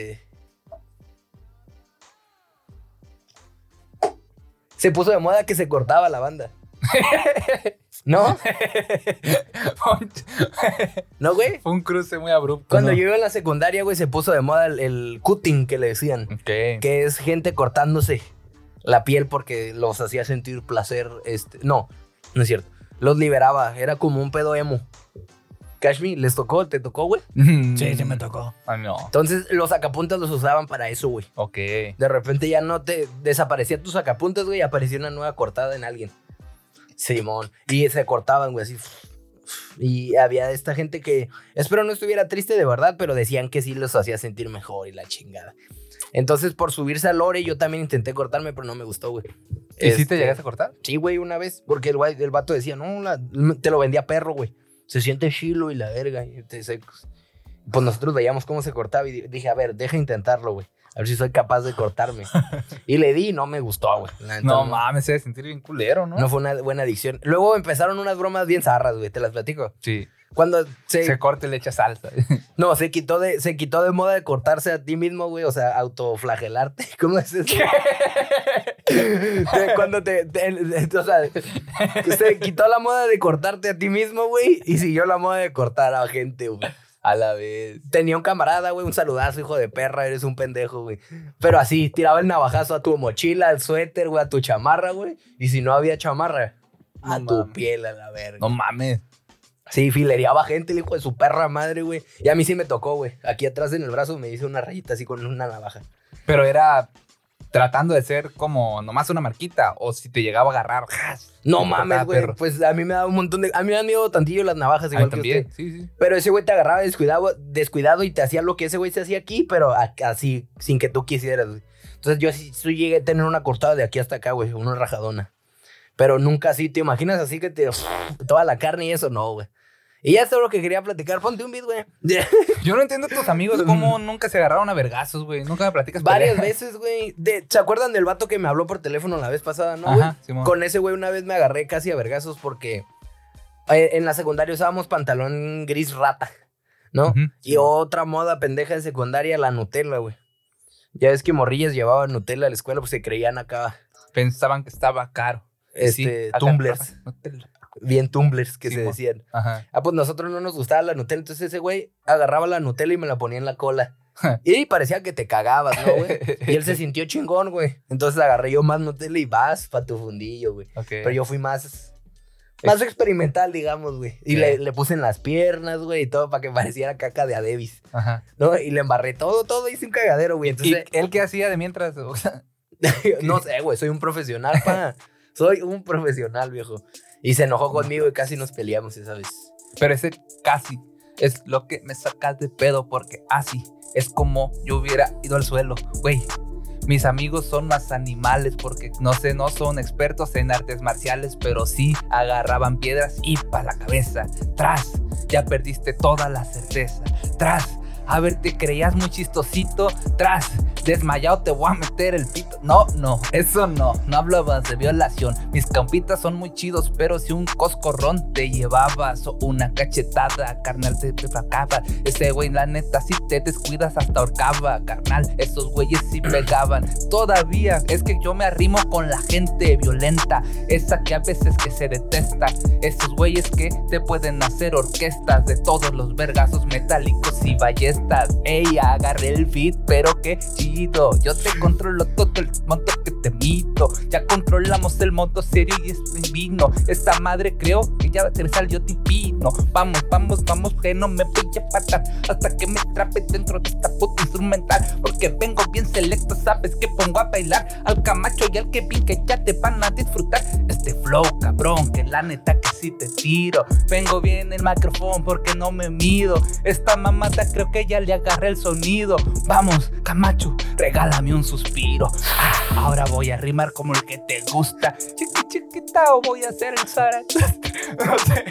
Se puso de moda que se cortaba la banda. ¿No? ¿No, güey? Fue un cruce muy abrupto. Cuando ¿no? yo iba en la secundaria, güey, se puso de moda el cutting que le decían. Ok. Que es gente cortándose la piel porque los hacía sentir placer. No es cierto. Los liberaba. Era como un pedo emo. Kashmi, ¿les tocó? ¿Te tocó, güey? Sí, me tocó. Ay, no. Entonces, los sacapuntas los usaban para eso, güey. Ok. De repente ya no te desaparecía tus sacapuntas, güey, y aparecía una nueva cortada en alguien. Simón. Y se cortaban, güey, así. Y había esta gente que, espero no estuviera triste de verdad, pero decían que sí los hacía sentir mejor y la chingada. Entonces, por subirse al lore, yo también intenté cortarme, pero no me gustó, güy ¿Y si te llegaste a cortar? Sí, güey, una vez. Porque el vato decía, no, te lo vendía perro, güey. Se siente chilo y la verga. Y pues nosotros veíamos cómo se cortaba y dije, a ver, deja intentarlo, güey. A ver si soy capaz de cortarme. Y le di y no me gustó, güey. No mames, se debe sentir bien culero, ¿no? No fue una buena adicción. Luego empezaron unas bromas bien zarras, güey. ¿Te las platico? Sí. Cuando Se corta y le echa salsa. No, se quitó de moda de cortarse a ti mismo, güey. O sea, autoflagelarte. ¿Cómo es eso? Cuando o sea, se quitó la moda de cortarte a ti mismo, güey. Y siguió la moda de cortar a gente, güey. A la vez. Tenía un camarada, güey, un saludazo, hijo de perra, eres un pendejo, güey. Pero así, tiraba el navajazo a tu mochila, al suéter, güey, a tu chamarra, güey. Y si no había chamarra, a No tu mames. piel, a la verga. No mames. Sí, filereaba gente, el hijo de su perra madre, güey. Y a mí sí me tocó, güey. Aquí atrás en el brazo me hice una rayita así con una navaja. Pero era tratando de ser como nomás una marquita. O si te llegaba a agarrar. ¡jas! No Te mames, cortaba güey. perro. Pues a mí me daba un montón de... A mí me han miedo tantillo las navajas, A igual mí que también. usted. Sí, sí. Pero ese güey te agarraba descuidado y te hacía lo que ese güey se hacía aquí, pero así, sin que tú quisieras, güey. Entonces yo sí llegué a tener una cortada de aquí hasta acá, güey, una rajadona. Pero nunca así, ¿te imaginas así que te... toda la carne y eso? No, güey. Y ya es todo lo que quería platicar. Ponte un beat, güey. Yo no entiendo a tus amigos cómo nunca se agarraron a vergazos, güey. Nunca me platicas Varias peleas. veces, güey. ¿Se acuerdan del vato que me habló por teléfono la vez pasada, no, güey? Ajá, Simón. Con ese güey una vez me agarré casi a vergazos porque en la secundaria usábamos pantalón gris rata, ¿no? Ujú, Y otra moda pendeja de secundaria, la Nutella, güey. Ya ves que morrillas llevaban Nutella a la escuela, pues se creían acá, Pensaban que estaba caro. Sí, acá tumblers. no te lo- bien tumblers que se Simón. decían. Ajá. Pues nosotros no nos gustaba la Nutella, entonces ese güey agarraba la Nutella y me la ponía en la cola. Y parecía que te cagabas, ¿no, güey? Y él se sintió chingón, güey. Entonces agarré yo más Nutella y vas pa' tu fundillo, güey. Ok. Pero yo fui más experimental, digamos, güey. Y Sí. le puse en las piernas, güey, y todo para que pareciera caca de Adebis, Ajá. ¿no? Y le embarré todo, hice un cagadero, güey. ¿Y Entonces, él qué hacía de mientras? O sea, no sé, güey, soy un profesional, pa. Soy un profesional, viejo. Y se enojó conmigo y casi nos peleamos esa vez. pero ese casi es lo que me sacas de pedo porque así es como yo hubiera ido al suelo. Güey, mis amigos son más animales porque no son expertos en artes marciales, pero sí agarraban piedras y pa' la cabeza. Tras, ya perdiste toda la certeza. Tras, a ver, te creías muy chistosito. Tras, desmayado te voy a meter el pito. No, eso no hablabas de violación. Mis campitas son muy chidos, pero si un coscorrón te llevabas o una cachetada, carnal, te sacaba. Ese güey, la neta, si te descuidas hasta ahorcaba, carnal. Esos güeyes sí pegaban. Todavía es que yo me arrimo con la gente violenta, esa que a veces que se detesta. Esos güeyes que te pueden hacer orquestas de todos los vergazos metálicos y ballestas. Ey, agarré el beat, pero qué chido. Yo te controlo todo el modo que te mito. Ya controlamos el modo serio y es vino. Esta madre creo que ya te salió divino. Vamos, que no me voy a apartar hasta que me atrape dentro de esta puta instrumental. Porque vengo bien selecto, sabes que pongo a bailar al Camacho y al Kevin, que ya te van a disfrutar. Este flow, cabrón, que la neta que sí te tiro. Vengo bien el micrófono porque no me mido. Esta mamada creo que ya le agarré el sonido. Vamos, Camacho, regálame un suspiro. Ahora voy a rimar como el que te gusta. Chiquita, o voy a hacer el Zaratustra. No sé.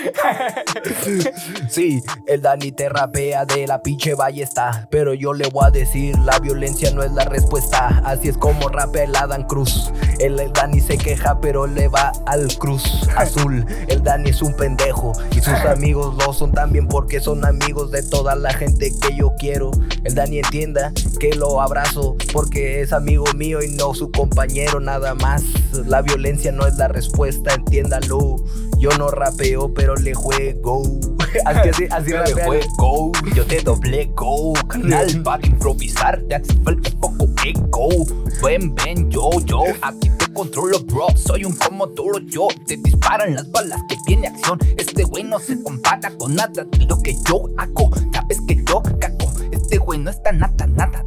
Sí, el Dani te rapea de la pinche ballesta, pero yo le voy a decir, la violencia no es la respuesta. Así es como rapea el Adán Cruz. El Dani se queja, pero le va al Cruz Azul. El Dani es un pendejo y sus amigos lo son también, porque son amigos de toda la gente que yo quiero. El Dani entienda que lo abrazo porque es amigo mío y no su compañero nada más. La violencia no es la respuesta, entiéndalo. Yo no rapeo, pero le juego. Así Le rapea. juego, yo te doblego. Canal para improvisar, te hace falta poco ego. Ven, yo, aquí te controlo, bro. Soy un comodoro, yo. Te disparan las balas que tiene acción. Este güey no se compara con nada de lo que yo hago. Sabes que yo cago. Este güey no está nato.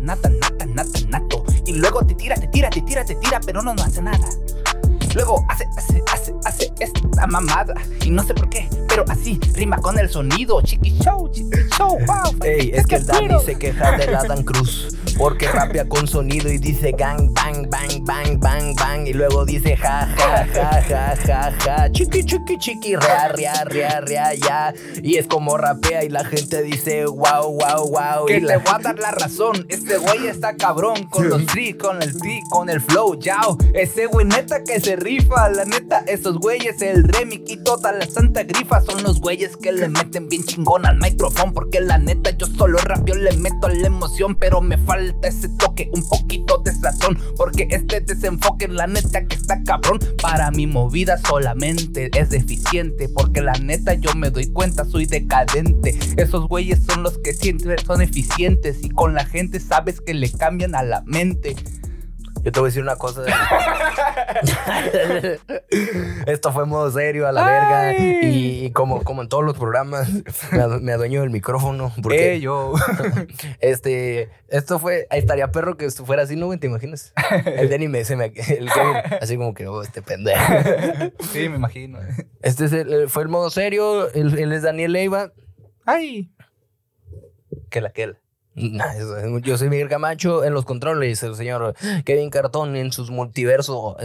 Y luego te tira, pero no hace nada. Luego hace esta mamada. Y no sé por qué, pero así rima con el sonido. Chiqui show, wow. Ey, es que el Dani se queja del Adán Cruz porque rapea con sonido y dice gang, bang, bang, bang, bang, bang. Y luego dice ja, ja, ja, ja, ja, ja. Chiqui, rea, ya. Y es como rapea y la gente dice wow. Que Y te voy a dar la razón. Este güey está cabrón con los beats, con el beat, con el flow, yao. Ese güey neta que se rifa. La neta, esos güeyes, el remix y toda la santa grifa son los güeyes que le meten bien chingón al micrófono. Porque la neta, yo solo rapeo, le meto la emoción, pero me falta ese toque, un poquito de sazón. Porque este desenfoque, la neta que está cabrón. Para mi movida solamente es deficiente. Porque la neta yo me doy cuenta, soy decadente. Esos güeyes son los que siempre son eficientes. Y con la gente sabes que le cambian a la mente. Yo te voy a decir una cosa. Esto fue modo serio a la verga. Y como en todos los programas, me adueño del micrófono. Porque yo. Esto fue. Estaría perro que esto fuera así, ¿no, güey? ¿Te imaginas? El Denny el Kevin, así como que, oh, este pendejo. Sí, me imagino. Fue el modo serio. Él es Daniel Leiva. Ay. Yo soy Miguel Camacho en los controles, el señor Kevin Cartón en su multiverso.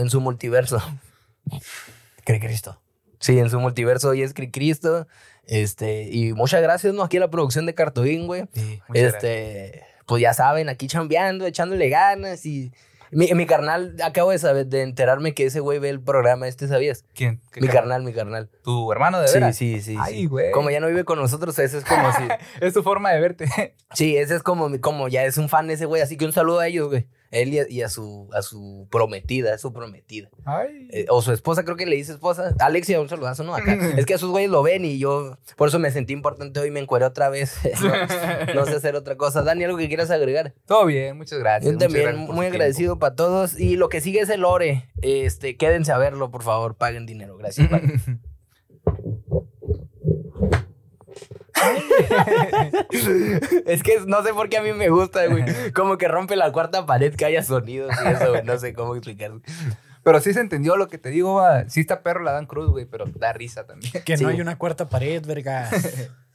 Cristo. Sí, en su multiverso y es Cristo. Y muchas gracias, ¿no? Aquí a la producción de Cartoín, güey. Sí, muchas gracias. Pues ya saben, aquí chambeando, echándole ganas y... Mi carnal, acabo de enterarme que ese güey ve el programa ¿sabías? ¿Quién? Mi carnal. ¿Tu hermano de veras? Sí. Ay, güey. Como ya no vive con nosotros, ese es como si... Es tu forma de verte. Sí, ese es como ya es un fan de ese güey, así que un saludo a ellos, güey. Él y a su prometida, es su prometida. Ay. O su esposa, creo que le dice esposa. Alexia, un saludazo, ¿no? Acá. Es que esos güeyes lo ven y yo, por eso me sentí importante hoy, me encueré otra vez. No sé hacer otra cosa. Dani, ¿algo que quieras agregar? Todo bien, muchas gracias. Yo también, Muchas gracias por muy su agradecido para todos. Y lo que sigue es el Lore. Quédense a verlo, por favor, paguen dinero. Gracias. Bye. Es que no sé por qué a mí me gusta, güey. Como que rompe la cuarta pared, que haya sonidos y eso, güey. No sé cómo explicarlo. Pero sí se entendió lo que te digo, va. Sí está perro la Dan Cruz, güey, pero da risa también. Que Sí. no hay una cuarta pared, verga.